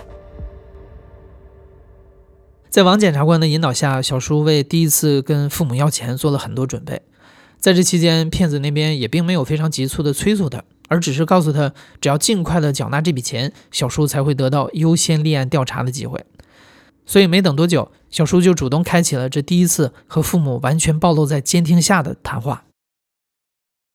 Speaker 1: 在王检察官的引导下，小叔为第一次跟父母要钱做了很多准备。在这期间，骗子那边也并没有非常急促的催促他，而只是告诉他只要尽快的缴纳这笔钱，小叔才会得到优先立案调查的机会。所以没等多久，小叔就主动开启了这第一次和父母完全暴露在监听下的谈话。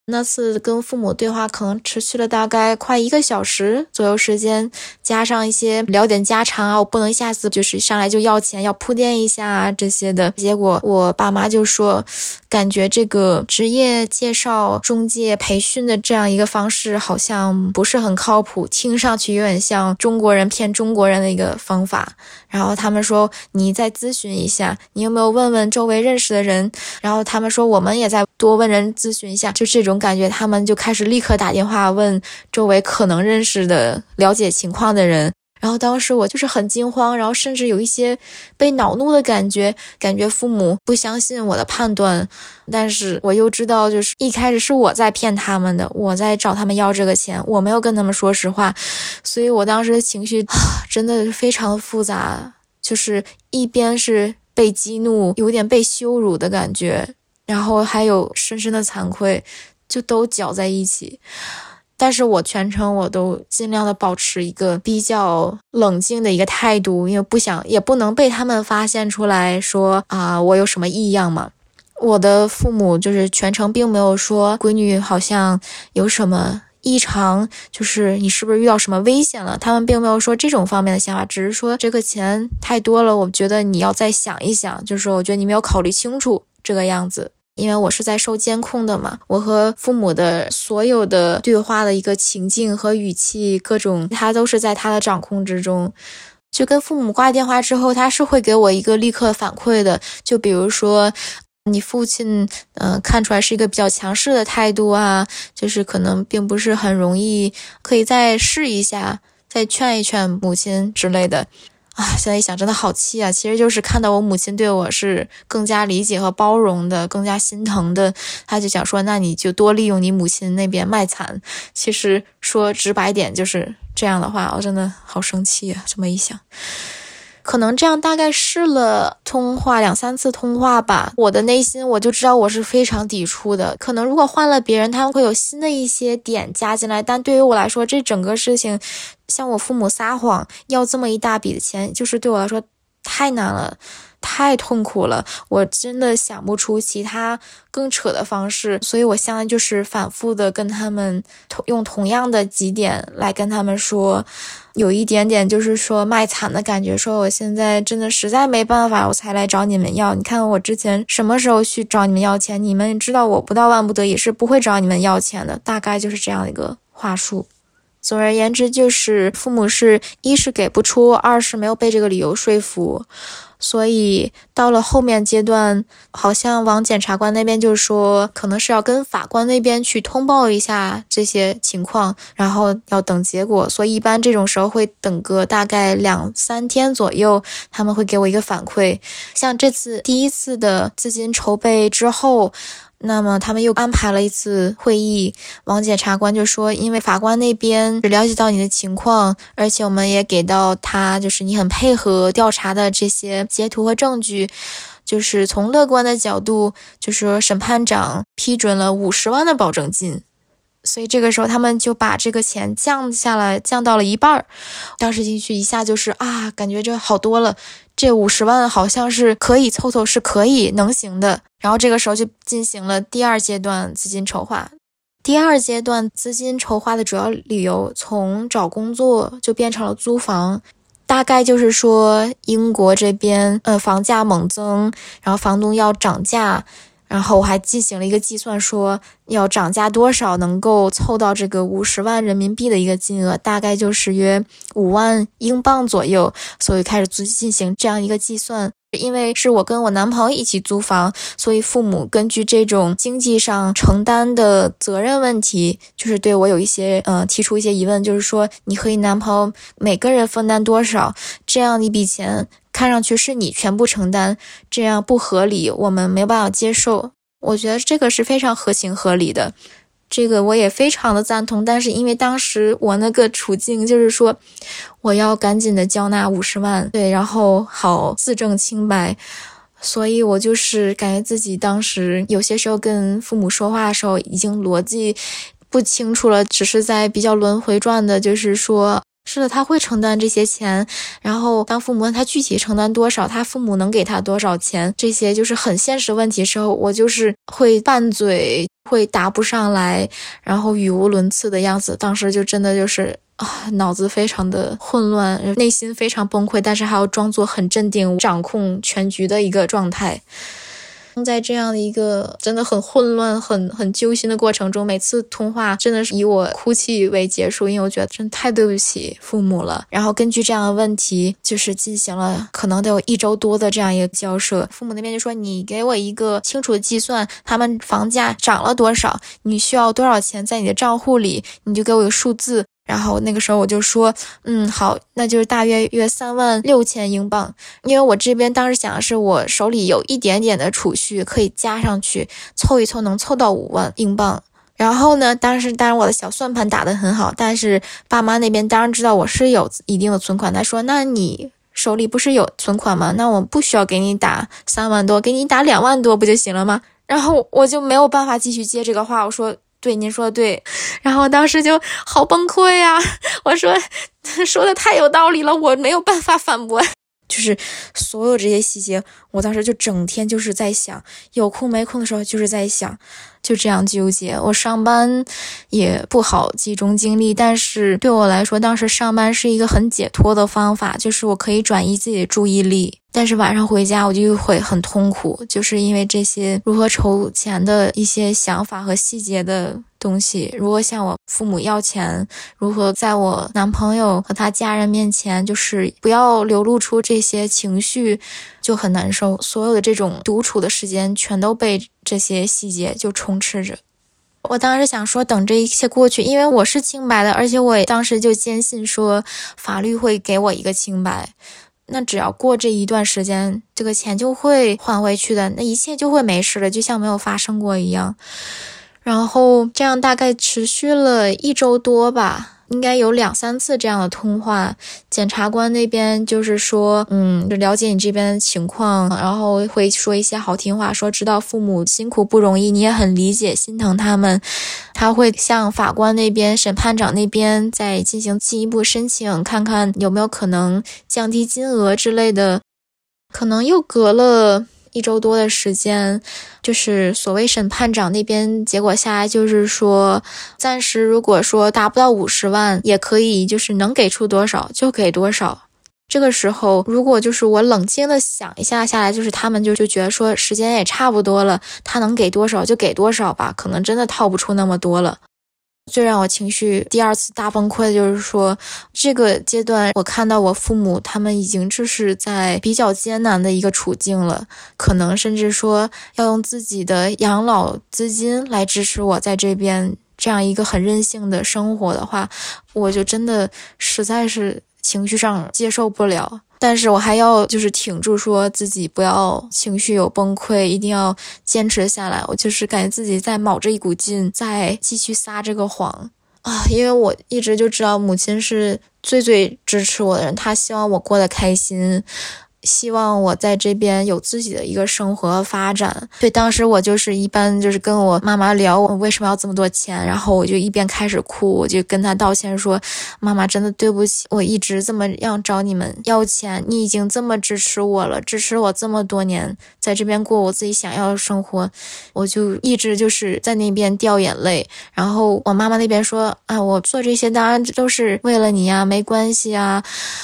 Speaker 6: 那次跟父母对话可能持续了大概快1个小时左右时间，加上一些聊点家常啊，我不能一下子就是上来就要钱，要铺垫一下啊这些的。结果我爸妈就说，感觉这个职业介绍中介培训的这样一个方式好像不是很靠谱，听上去有点像中国人骗中国人的一个方法。然后他们说你再咨询一下，你有没有问问周围认识的人，然后他们说我们也再多问人咨询一下，就这种感觉，他们就开始立刻打电话问周围可能认识的了解情况的人。然后当时我就是很惊慌，然后甚至有一些被恼怒的感觉父母不相信我的判断，但是我又知道就是一开始是我在骗他们的，我在找他们要这个钱，我没有跟他们说实话，所以我当时的情绪真的非常复杂，就是一边是被激怒，有点被羞辱的感觉，然后还有深深的惭愧，就都搅在一起。但是我全程我都尽量的保持一个比较冷静的一个态度，因为不想也不能被他们发现出来说我有什么异样嘛。我的父母就是全程并没有说闺女好像有什么异常，就是你是不是遇到什么危险了，他们并没有说这种方面的想法，只是说这个钱太多了，我觉得你要再想一想，就是我觉得你没有考虑清楚这个样子。因为我是在受监控的嘛，我和父母的所有的对话的一个情境和语气各种，他都是在他的掌控之中。就跟父母挂电话之后，他是会给我一个立刻反馈的，就比如说你父亲看出来是一个比较强势的态度啊，就是可能并不是很容易，可以再试一下，再劝一劝母亲之类的。现在一想真的好气啊，其实就是看到我母亲对我是更加理解和包容的，更加心疼的，他就想说那你就多利用你母亲那边卖惨。其实说直白点就是这样的话，我真的好生气啊，这么一想。可能这样大概试了通话2-3次通话吧，我的内心我就知道我是非常抵触的。可能如果换了别人，他们会有新的一些点加进来，但对于我来说，这整个事情像我父母撒谎要这么一大笔的钱，就是对我来说太难了，太痛苦了，我真的想不出其他更扯的方式，所以我现在就是反复的跟他们用同样的几点来跟他们说，有一点点就是说卖惨的感觉，说我现在真的实在没办法，我才来找你们要，你看我之前什么时候去找你们要钱，你们知道我不到万不得已是不会找你们要钱的，大概就是这样的一个话术。总而言之，就是父母是一是给不出，二是没有被这个理由说服，所以到了后面阶段，好像往检察官那边就是说可能是要跟法官那边去通报一下这些情况，然后要等结果，所以一般这种时候会等个大概2-3天左右，他们会给我一个反馈。像这次第一次的资金筹备之后，那么他们又安排了一次会议，王检察官就说，因为法官那边了解到你的情况，而且我们也给到他就是你很配合调查的这些截图和证据，就是从乐观的角度，就是说审判长批准了50万的保证金，所以这个时候他们就把这个钱降下来，降到了1半。当时进去一下就是感觉这好多了，这50万好像是可以凑凑，是可以能行的。然后这个时候就进行了第2阶段资金筹划。第2阶段资金筹划的主要理由从找工作就变成了租房，大概就是说英国这边房价猛增，然后房东要涨价，然后我还进行了一个计算，说要涨价多少能够凑到这个50万人民币的一个金额，大概就是约5万英镑左右，所以开始进行这样一个计算。因为是我跟我男朋友一起租房，所以父母根据这种经济上承担的责任问题，就是对我有一些提出一些疑问，就是说你和你男朋友每个人分担多少，这样一笔钱看上去是你全部承担，这样不合理，我们没有办法接受。我觉得这个是非常合情合理的，这个我也非常的赞同。但是因为当时我那个处境就是说我要赶紧的交纳50万，对，然后好自证清白，所以我就是感觉自己当时有些时候跟父母说话的时候已经逻辑不清楚了，只是在比较轮回转的，就是说是的，他会承担这些钱，然后当父母问他具体承担多少，他父母能给他多少钱，这些就是很现实问题时候，我就是会拌嘴，会答不上来，然后语无伦次的样子。当时就真的就是脑子非常的混乱，内心非常崩溃，但是还要装作很镇定，掌控全局的一个状态。在这样的一个真的很混乱很揪心的过程中，每次通话真的是以我哭泣为结束，因为我觉得真的太对不起父母了。然后根据这样的问题就是进行了可能得有1周多的这样一个交涉，父母那边就说你给我一个清楚的计算，他们房价涨了多少，你需要多少钱在你的账户里，你就给我一个数字。然后那个时候我就说好，那就是大约36000英镑，因为我这边当时想的是我手里有一点点的储蓄可以加上去，凑一凑能凑到5万英镑。然后呢，当然我的小算盘打得很好，但是爸妈那边当然知道我是有一定的存款，他说那你手里不是有存款吗？那我不需要给你打3万多，给你打2万多不就行了吗？然后我就没有办法继续接这个话，我说对，您说的对。然后当时就好崩溃呀，我说的太有道理了，我没有办法反驳。就是所有这些细节，我当时就整天就是在想，有空没空的时候就是在想，就这样纠结。我上班也不好集中精力，但是对我来说，当时上班是一个很解脱的方法，就是我可以转移自己的注意力。但是晚上回家我就会很痛苦，就是因为这些如何筹钱的一些想法和细节的东西，如何向我父母要钱，如何在我男朋友和他家人面前就是不要流露出这些情绪，就很难受。所有的这种独处的时间全都被这些细节就充斥着。我当时想说等这一切过去，因为我是清白的，而且我当时就坚信说法律会给我一个清白，那只要过这一段时间，这个钱就会还回去的，那一切就会没事了，就像没有发生过一样。然后这样大概持续了1周多吧，应该有2-3次这样的通话。检察官那边就是说就了解你这边的情况，然后会说一些好听话，说知道父母辛苦不容易，你也很理解心疼他们。他会向法官那边审判长那边再进行进一步申请，看看有没有可能降低金额之类的。可能又隔了1周多的时间，就是所谓审判长那边结果下来就是说，暂时如果说达不到50万也可以，就是能给出多少就给多少。这个时候如果就是我冷静的想一下下来，就是他们就觉得说时间也差不多了，他能给多少就给多少吧，可能真的套不出那么多了。最让我情绪第2次大崩溃的就是说，这个阶段我看到我父母他们已经就是在比较艰难的一个处境了，可能甚至说要用自己的养老资金来支持我在这边这样一个很任性的生活的话，我就真的实在是情绪上接受不了。但是我还要就是挺住，说自己不要情绪有崩溃，一定要坚持下来。我就是感觉自己在卯着一股劲再继续撒这个谎因为我一直就知道母亲是最支持我的人，她希望我过得开心，希望我在这边有自己的一个生活和发展。对，当时我就是一般就是跟我妈妈聊我为什么要这么多钱，然后我就一边开始哭，我就跟她道歉说，妈妈真的对不起，我一直这么样找你们要钱，你已经这么支持我了，支持我这么多年在这边过我自己想要的生活，我就一直就是在那边掉眼泪。然后我妈妈那边说我做这些当然都是为了你呀，没关系啊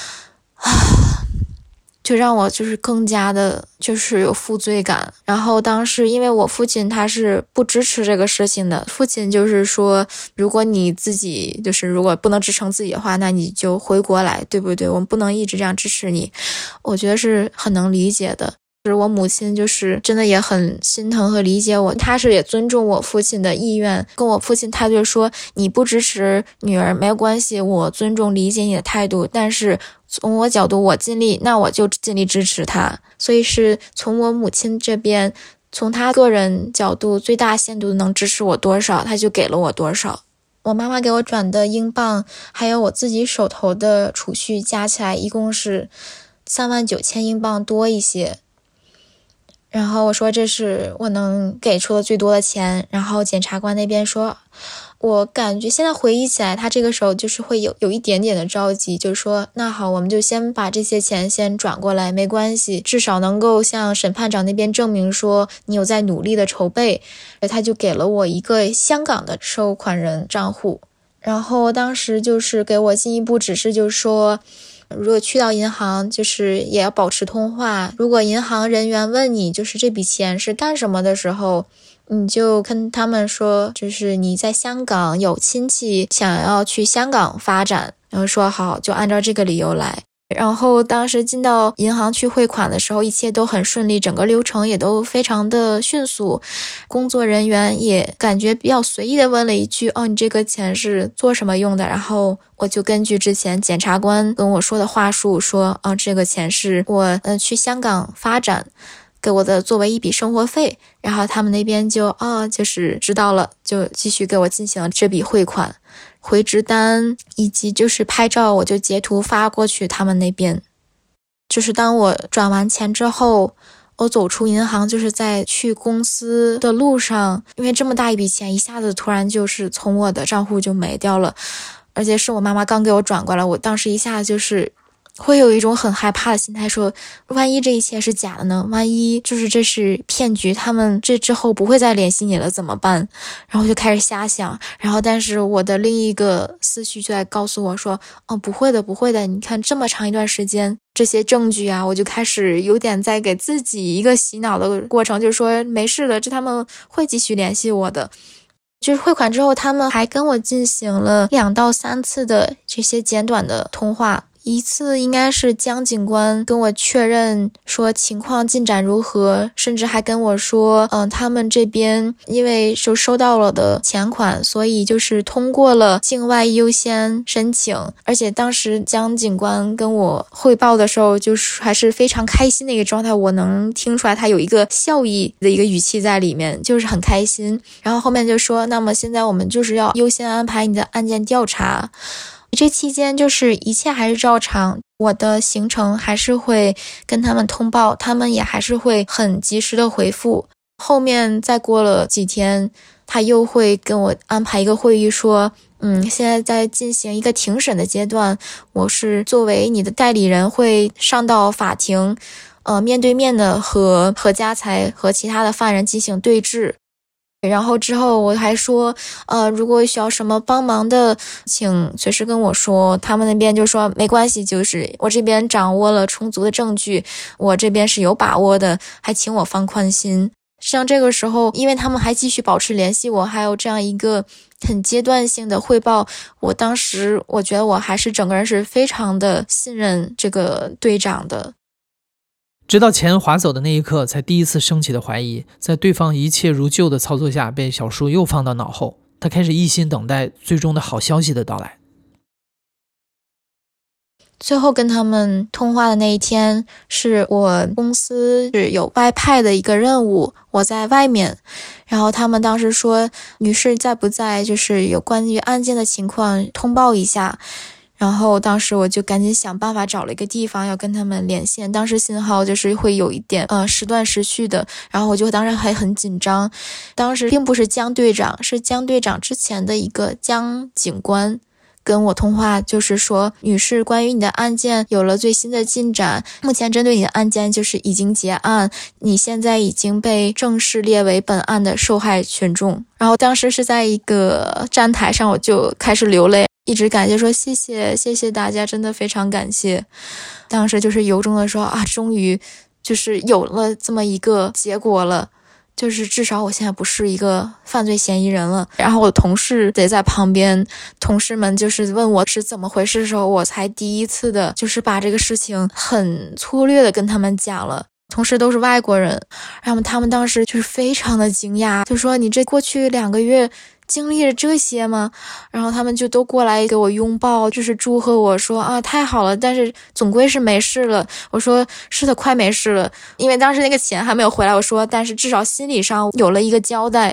Speaker 6: 就让我就是更加的就是有负罪感。然后当时因为我父亲他是不支持这个事情的，父亲就是说如果你自己就是如果不能支撑自己的话，那你就回国来，对不对？我们不能一直这样支持你，我觉得是很能理解的。我母亲就是真的也很心疼和理解我，她是也尊重我父亲的意愿，跟我父亲态度说你不支持女儿没有关系，我尊重理解你的态度，但是从我角度我尽力，那我就尽力支持她。所以是从我母亲这边，从她个人角度最大限度能支持我多少，她就给了我多少。我妈妈给我转的英镑还有我自己手头的储蓄加起来一共是39000英镑多一些。然后我说这是我能给出的最多的钱，然后检察官那边说我感觉现在回忆起来，他这个时候就是会有一点点的着急，就是说那好，我们就先把这些钱先转过来，没关系，至少能够向审判长那边证明说你有在努力的筹备。他就给了我一个香港的收款人账户，然后当时就是给我进一步指示，就是说如果去到银行就是也要保持通话，如果银行人员问你就是这笔钱是干什么的时候，你就跟他们说就是你在香港有亲戚想要去香港发展，然后说好就按照这个理由来。然后当时进到银行去汇款的时候，一切都很顺利，整个流程也都非常的迅速。工作人员也感觉比较随意的问了一句，你这个钱是做什么用的？然后我就根据之前检察官跟我说的话术说，这个钱是我去香港发展给我的作为一笔生活费。然后他们那边就是知道了，就继续给我进行这笔汇款。回执单以及就是拍照，我就截图发过去他们那边。就是当我转完钱之后，我走出银行，就是在去公司的路上，因为这么大一笔钱一下子突然就是从我的账户就没掉了，而且是我妈妈刚给我转过来，我当时一下子就是会有一种很害怕的心态，说万一这一切是假的呢？万一就是这是骗局，他们这之后不会再联系你了怎么办？然后就开始瞎想，然后但是我的另一个思绪就在告诉我说，不会的，你看这么长一段时间这些证据啊，我就开始有点在给自己一个洗脑的过程，就是说没事的，他们会继续联系我的。就是汇款之后，他们还跟我进行了2到3次的这些简短的通话。一次应该是江警官跟我确认说情况进展如何，甚至还跟我说他们这边因为就收到了的钱款，所以就是通过了境外优先申请。而且当时江警官跟我汇报的时候，就是还是非常开心的一个状态，我能听出来他有一个笑意的一个语气在里面，就是很开心。然后后面就说，那么现在我们就是要优先安排你的案件调查。这期间就是一切还是照常，我的行程还是会跟他们通报，他们也还是会很及时的回复。后面再过了几天，他又会跟我安排一个会议说，现在在进行一个庭审的阶段，我是作为你的代理人会上到法庭，面对面的和何家才和其他的犯人进行对质。然后之后我还说，如果需要什么帮忙的，请随时跟我说。他们那边就说没关系，就是我这边掌握了充足的证据，我这边是有把握的，还请我放宽心。像这个时候，因为他们还继续保持联系我，还有这样一个很阶段性的汇报，我当时我觉得我还是整个人是非常的信任这个队长的。
Speaker 1: 直到钱划走的那一刻，才第一次升起的怀疑，在对方一切如旧的操作下，被小叔又放到脑后。他开始一心等待最终的好消息的到来。
Speaker 6: 最后跟他们通话的那一天，是我公司是有外派的一个任务，我在外面，然后他们当时说女士在不在，就是有关于案件的情况通报一下。然后当时我就赶紧想办法找了一个地方要跟他们连线，当时信号就是会有一点时断时续的，然后我就当时还很紧张。当时并不是江队长，是江队长之前的一个江警官跟我通话，就是说女士，关于你的案件有了最新的进展，目前针对你的案件就是已经结案，你现在已经被正式列为本案的受害群众。然后当时是在一个站台上，我就开始流泪，一直感谢说谢谢大家，真的非常感谢。当时就是由衷的说终于就是有了这么一个结果了，就是至少我现在不是一个犯罪嫌疑人了。然后我的同事也在旁边，同事们就是问我是怎么回事的时候，我才第一次的就是把这个事情很粗略的跟他们讲了。同事都是外国人，然后他们当时就是非常的惊讶，就说你这过去2个月经历了这些吗？然后他们就都过来给我拥抱，就是祝贺我说太好了，但是总归是没事了。我说是的，快没事了，因为当时那个钱还没有回来，我说但是至少心理上有了一个交代。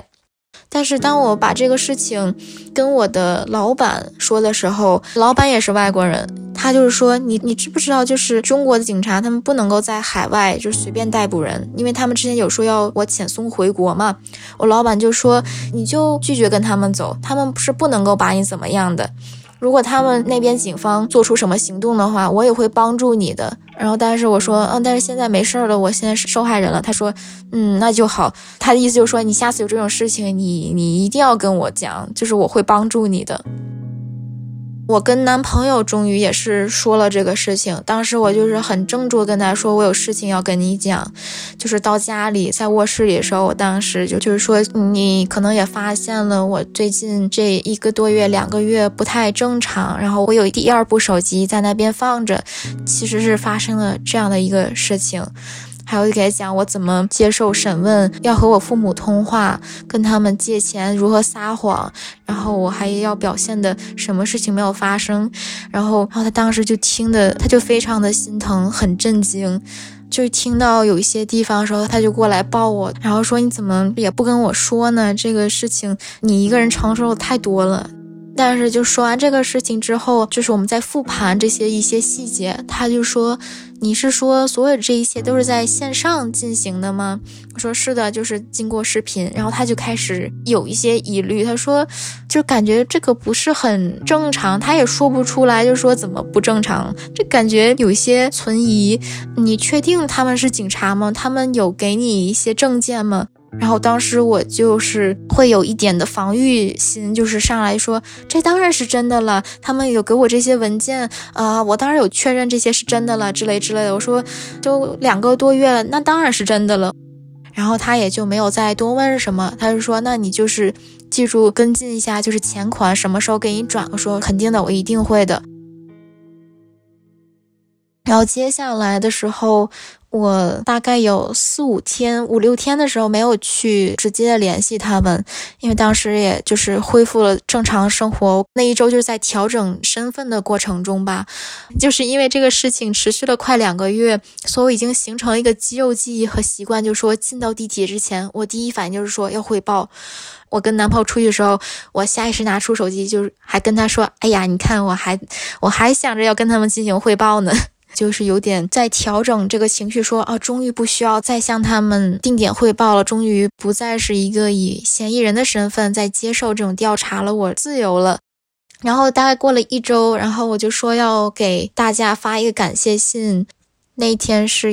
Speaker 6: 但是当我把这个事情跟我的老板说的时候，老板也是外国人，他就是说你知不知道，就是中国的警察他们不能够在海外就随便逮捕人，因为他们之前有说要我遣送回国嘛。我老板就说你就拒绝跟他们走，他们是不能够把你怎么样的，如果他们那边警方做出什么行动的话，我也会帮助你的。然后但是我说但是现在没事了，我现在是受害人了。他说那就好。他的意思就是说你下次有这种事情你一定要跟我讲，就是我会帮助你的。我跟男朋友终于也是说了这个事情，当时我就是很郑重跟他说我有事情要跟你讲，就是到家里在卧室里的时候，我当时就是说你可能也发现了我最近这1个多月2个月不太正常，然后我有第2部手机在那边放着，其实是发生了这样的一个事情。还有给他讲我怎么接受审问，要和我父母通话，跟他们借钱，如何撒谎，然后我还要表现的什么事情没有发生。然后他当时就听的，他就非常的心疼，很震惊，就听到有一些地方的时候，他就过来抱我，然后说你怎么也不跟我说呢，这个事情你一个人承受太多了。但是就说完这个事情之后，就是我们在复盘一些细节，他就说你是说所有这一切都是在线上进行的吗？我说是的，就是经过视频。然后他就开始有一些疑虑，他说就感觉这个不是很正常，他也说不出来，就说怎么不正常，这感觉有一些存疑。你确定他们是警察吗？他们有给你一些证件吗？然后当时我就是会有一点的防御心，就是上来说这当然是真的了，他们有给我这些文件我当然有确认这些是真的了之类的。我说就2个多月了，那当然是真的了。然后他也就没有再多问什么，他就说那你就是记住跟进一下，就是钱款什么时候给你转。我说肯定的，我一定会的。然后接下来的时候，我大概有4-5天、5-6天的时候没有去直接联系他们，因为当时也就是恢复了正常生活。那一周就是在调整身份的过程中吧，就是因为这个事情持续了快2个月，所以我已经形成了一个肌肉记忆和习惯，就是说进到地铁之前，我第一反应就是说要汇报。我跟男朋友出去的时候，我下意识拿出手机，就是还跟他说，哎呀，你看我还想着要跟他们进行汇报呢。就是有点在调整这个情绪，说终于不需要再向他们定点汇报了，终于不再是一个以嫌疑人的身份在接受这种调查了，我自由了。然后大概过了1周，然后我就说要给大家发一个感谢信，那一天是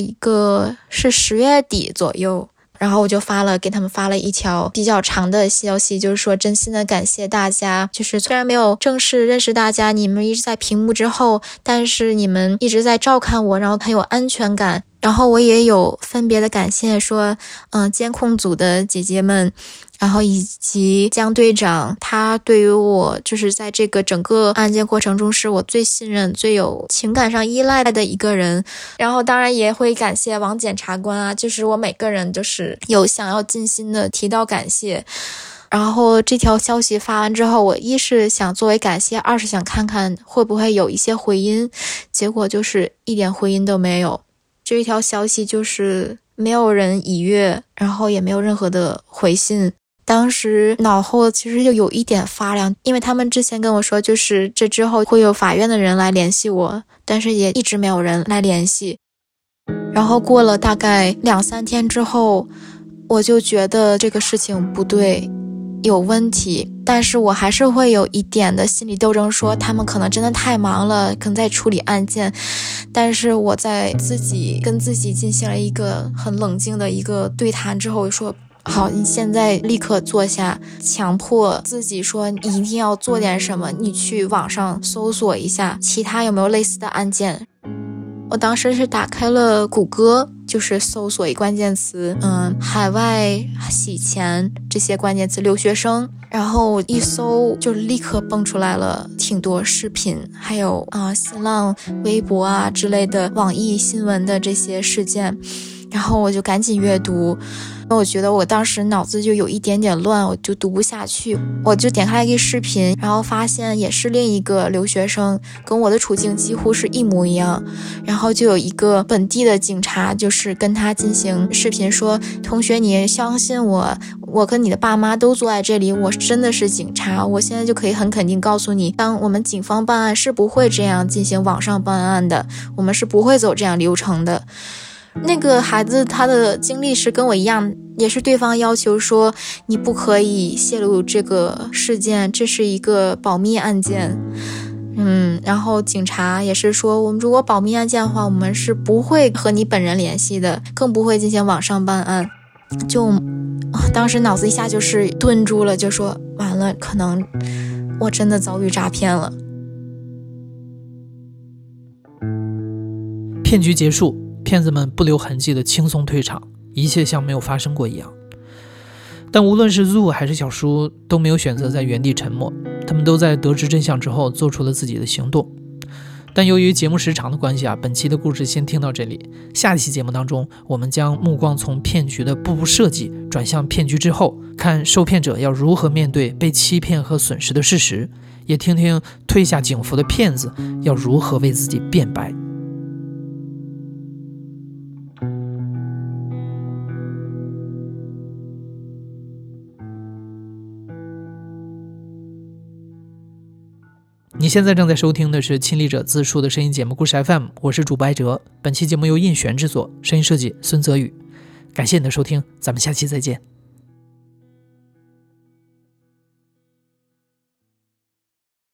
Speaker 6: 10月底左右。然后我就给他们发了一条比较长的消息，就是说真心的感谢大家，就是虽然没有正式认识大家，你们一直在屏幕之后，但是你们一直在照看我，然后很有安全感。然后我也有分别的感谢说监控组的姐姐们，然后以及江队长，他对于我就是在这个整个案件过程中是我最信任、最有情感上依赖的一个人。然后当然也会感谢王检察官啊，就是我每个人就是有想要尽心的提到感谢。然后这条消息发完之后，我一是想作为感谢，二是想看看会不会有一些回音，结果就是一点回音都没有。这一条消息就是没有人已阅，然后也没有任何的回信。当时脑后其实就有一点发凉，因为他们之前跟我说就是这之后会有法院的人来联系我，但是也一直没有人来联系。然后过了大概2-3天之后，我就觉得这个事情不对，有问题，但是我还是会有一点的心理斗争，说他们可能真的太忙了，可能在处理案件。但是我在跟自己进行了一个很冷静的一个对谈之后，说好，你现在立刻坐下，强迫自己说你一定要做点什么，你去网上搜索一下其他有没有类似的案件。我当时是打开了谷歌，就是搜索一关键词海外洗钱这些关键词，留学生，然后一搜就立刻蹦出来了挺多视频，还有新浪微博之类的网易新闻的这些事件。然后我就赶紧阅读， 我觉得我当时脑子就有一点点乱，我就读不下去，我就点开一个视频，然后发现也是另一个留学生，跟我的处境几乎是一模一样。然后就有一个本地的警察，就是跟他进行视频说，同学你相信我，我跟你的爸妈都坐在这里，我真的是警察，我现在就可以很肯定告诉你，当我们警方办案是不会这样进行网上办案的，我们是不会走这样流程的。那个孩子他的经历是跟我一样，也是对方要求说你不可以泄露这个事件，这是一个保密案件。然后警察也是说，我们如果保密案件的话，我们是不会和你本人联系的，更不会进行网上办案。就当时脑子一下就是顿住了，就说完了，可能我真的遭遇诈骗了。
Speaker 1: 骗局结束，骗子们不留痕迹的轻松退场，一切像没有发生过一样。但无论是 Zoo 还是小叔都没有选择在原地沉默，他们都在得知真相之后做出了自己的行动。但由于节目时长的关系本期的故事先听到这里，下期节目当中我们将目光从骗局的步步设计转向骗局之后，看受骗者要如何面对被欺骗和损失的事实，也听听褪下警服的骗子要如何为自己辩白。你现在正在收听的是亲历者自述的声音节目故事 FM， 我是主播艾哲。本期节目由印璇制作，声音设计孙泽宇。感谢你的收听，咱们下期再见。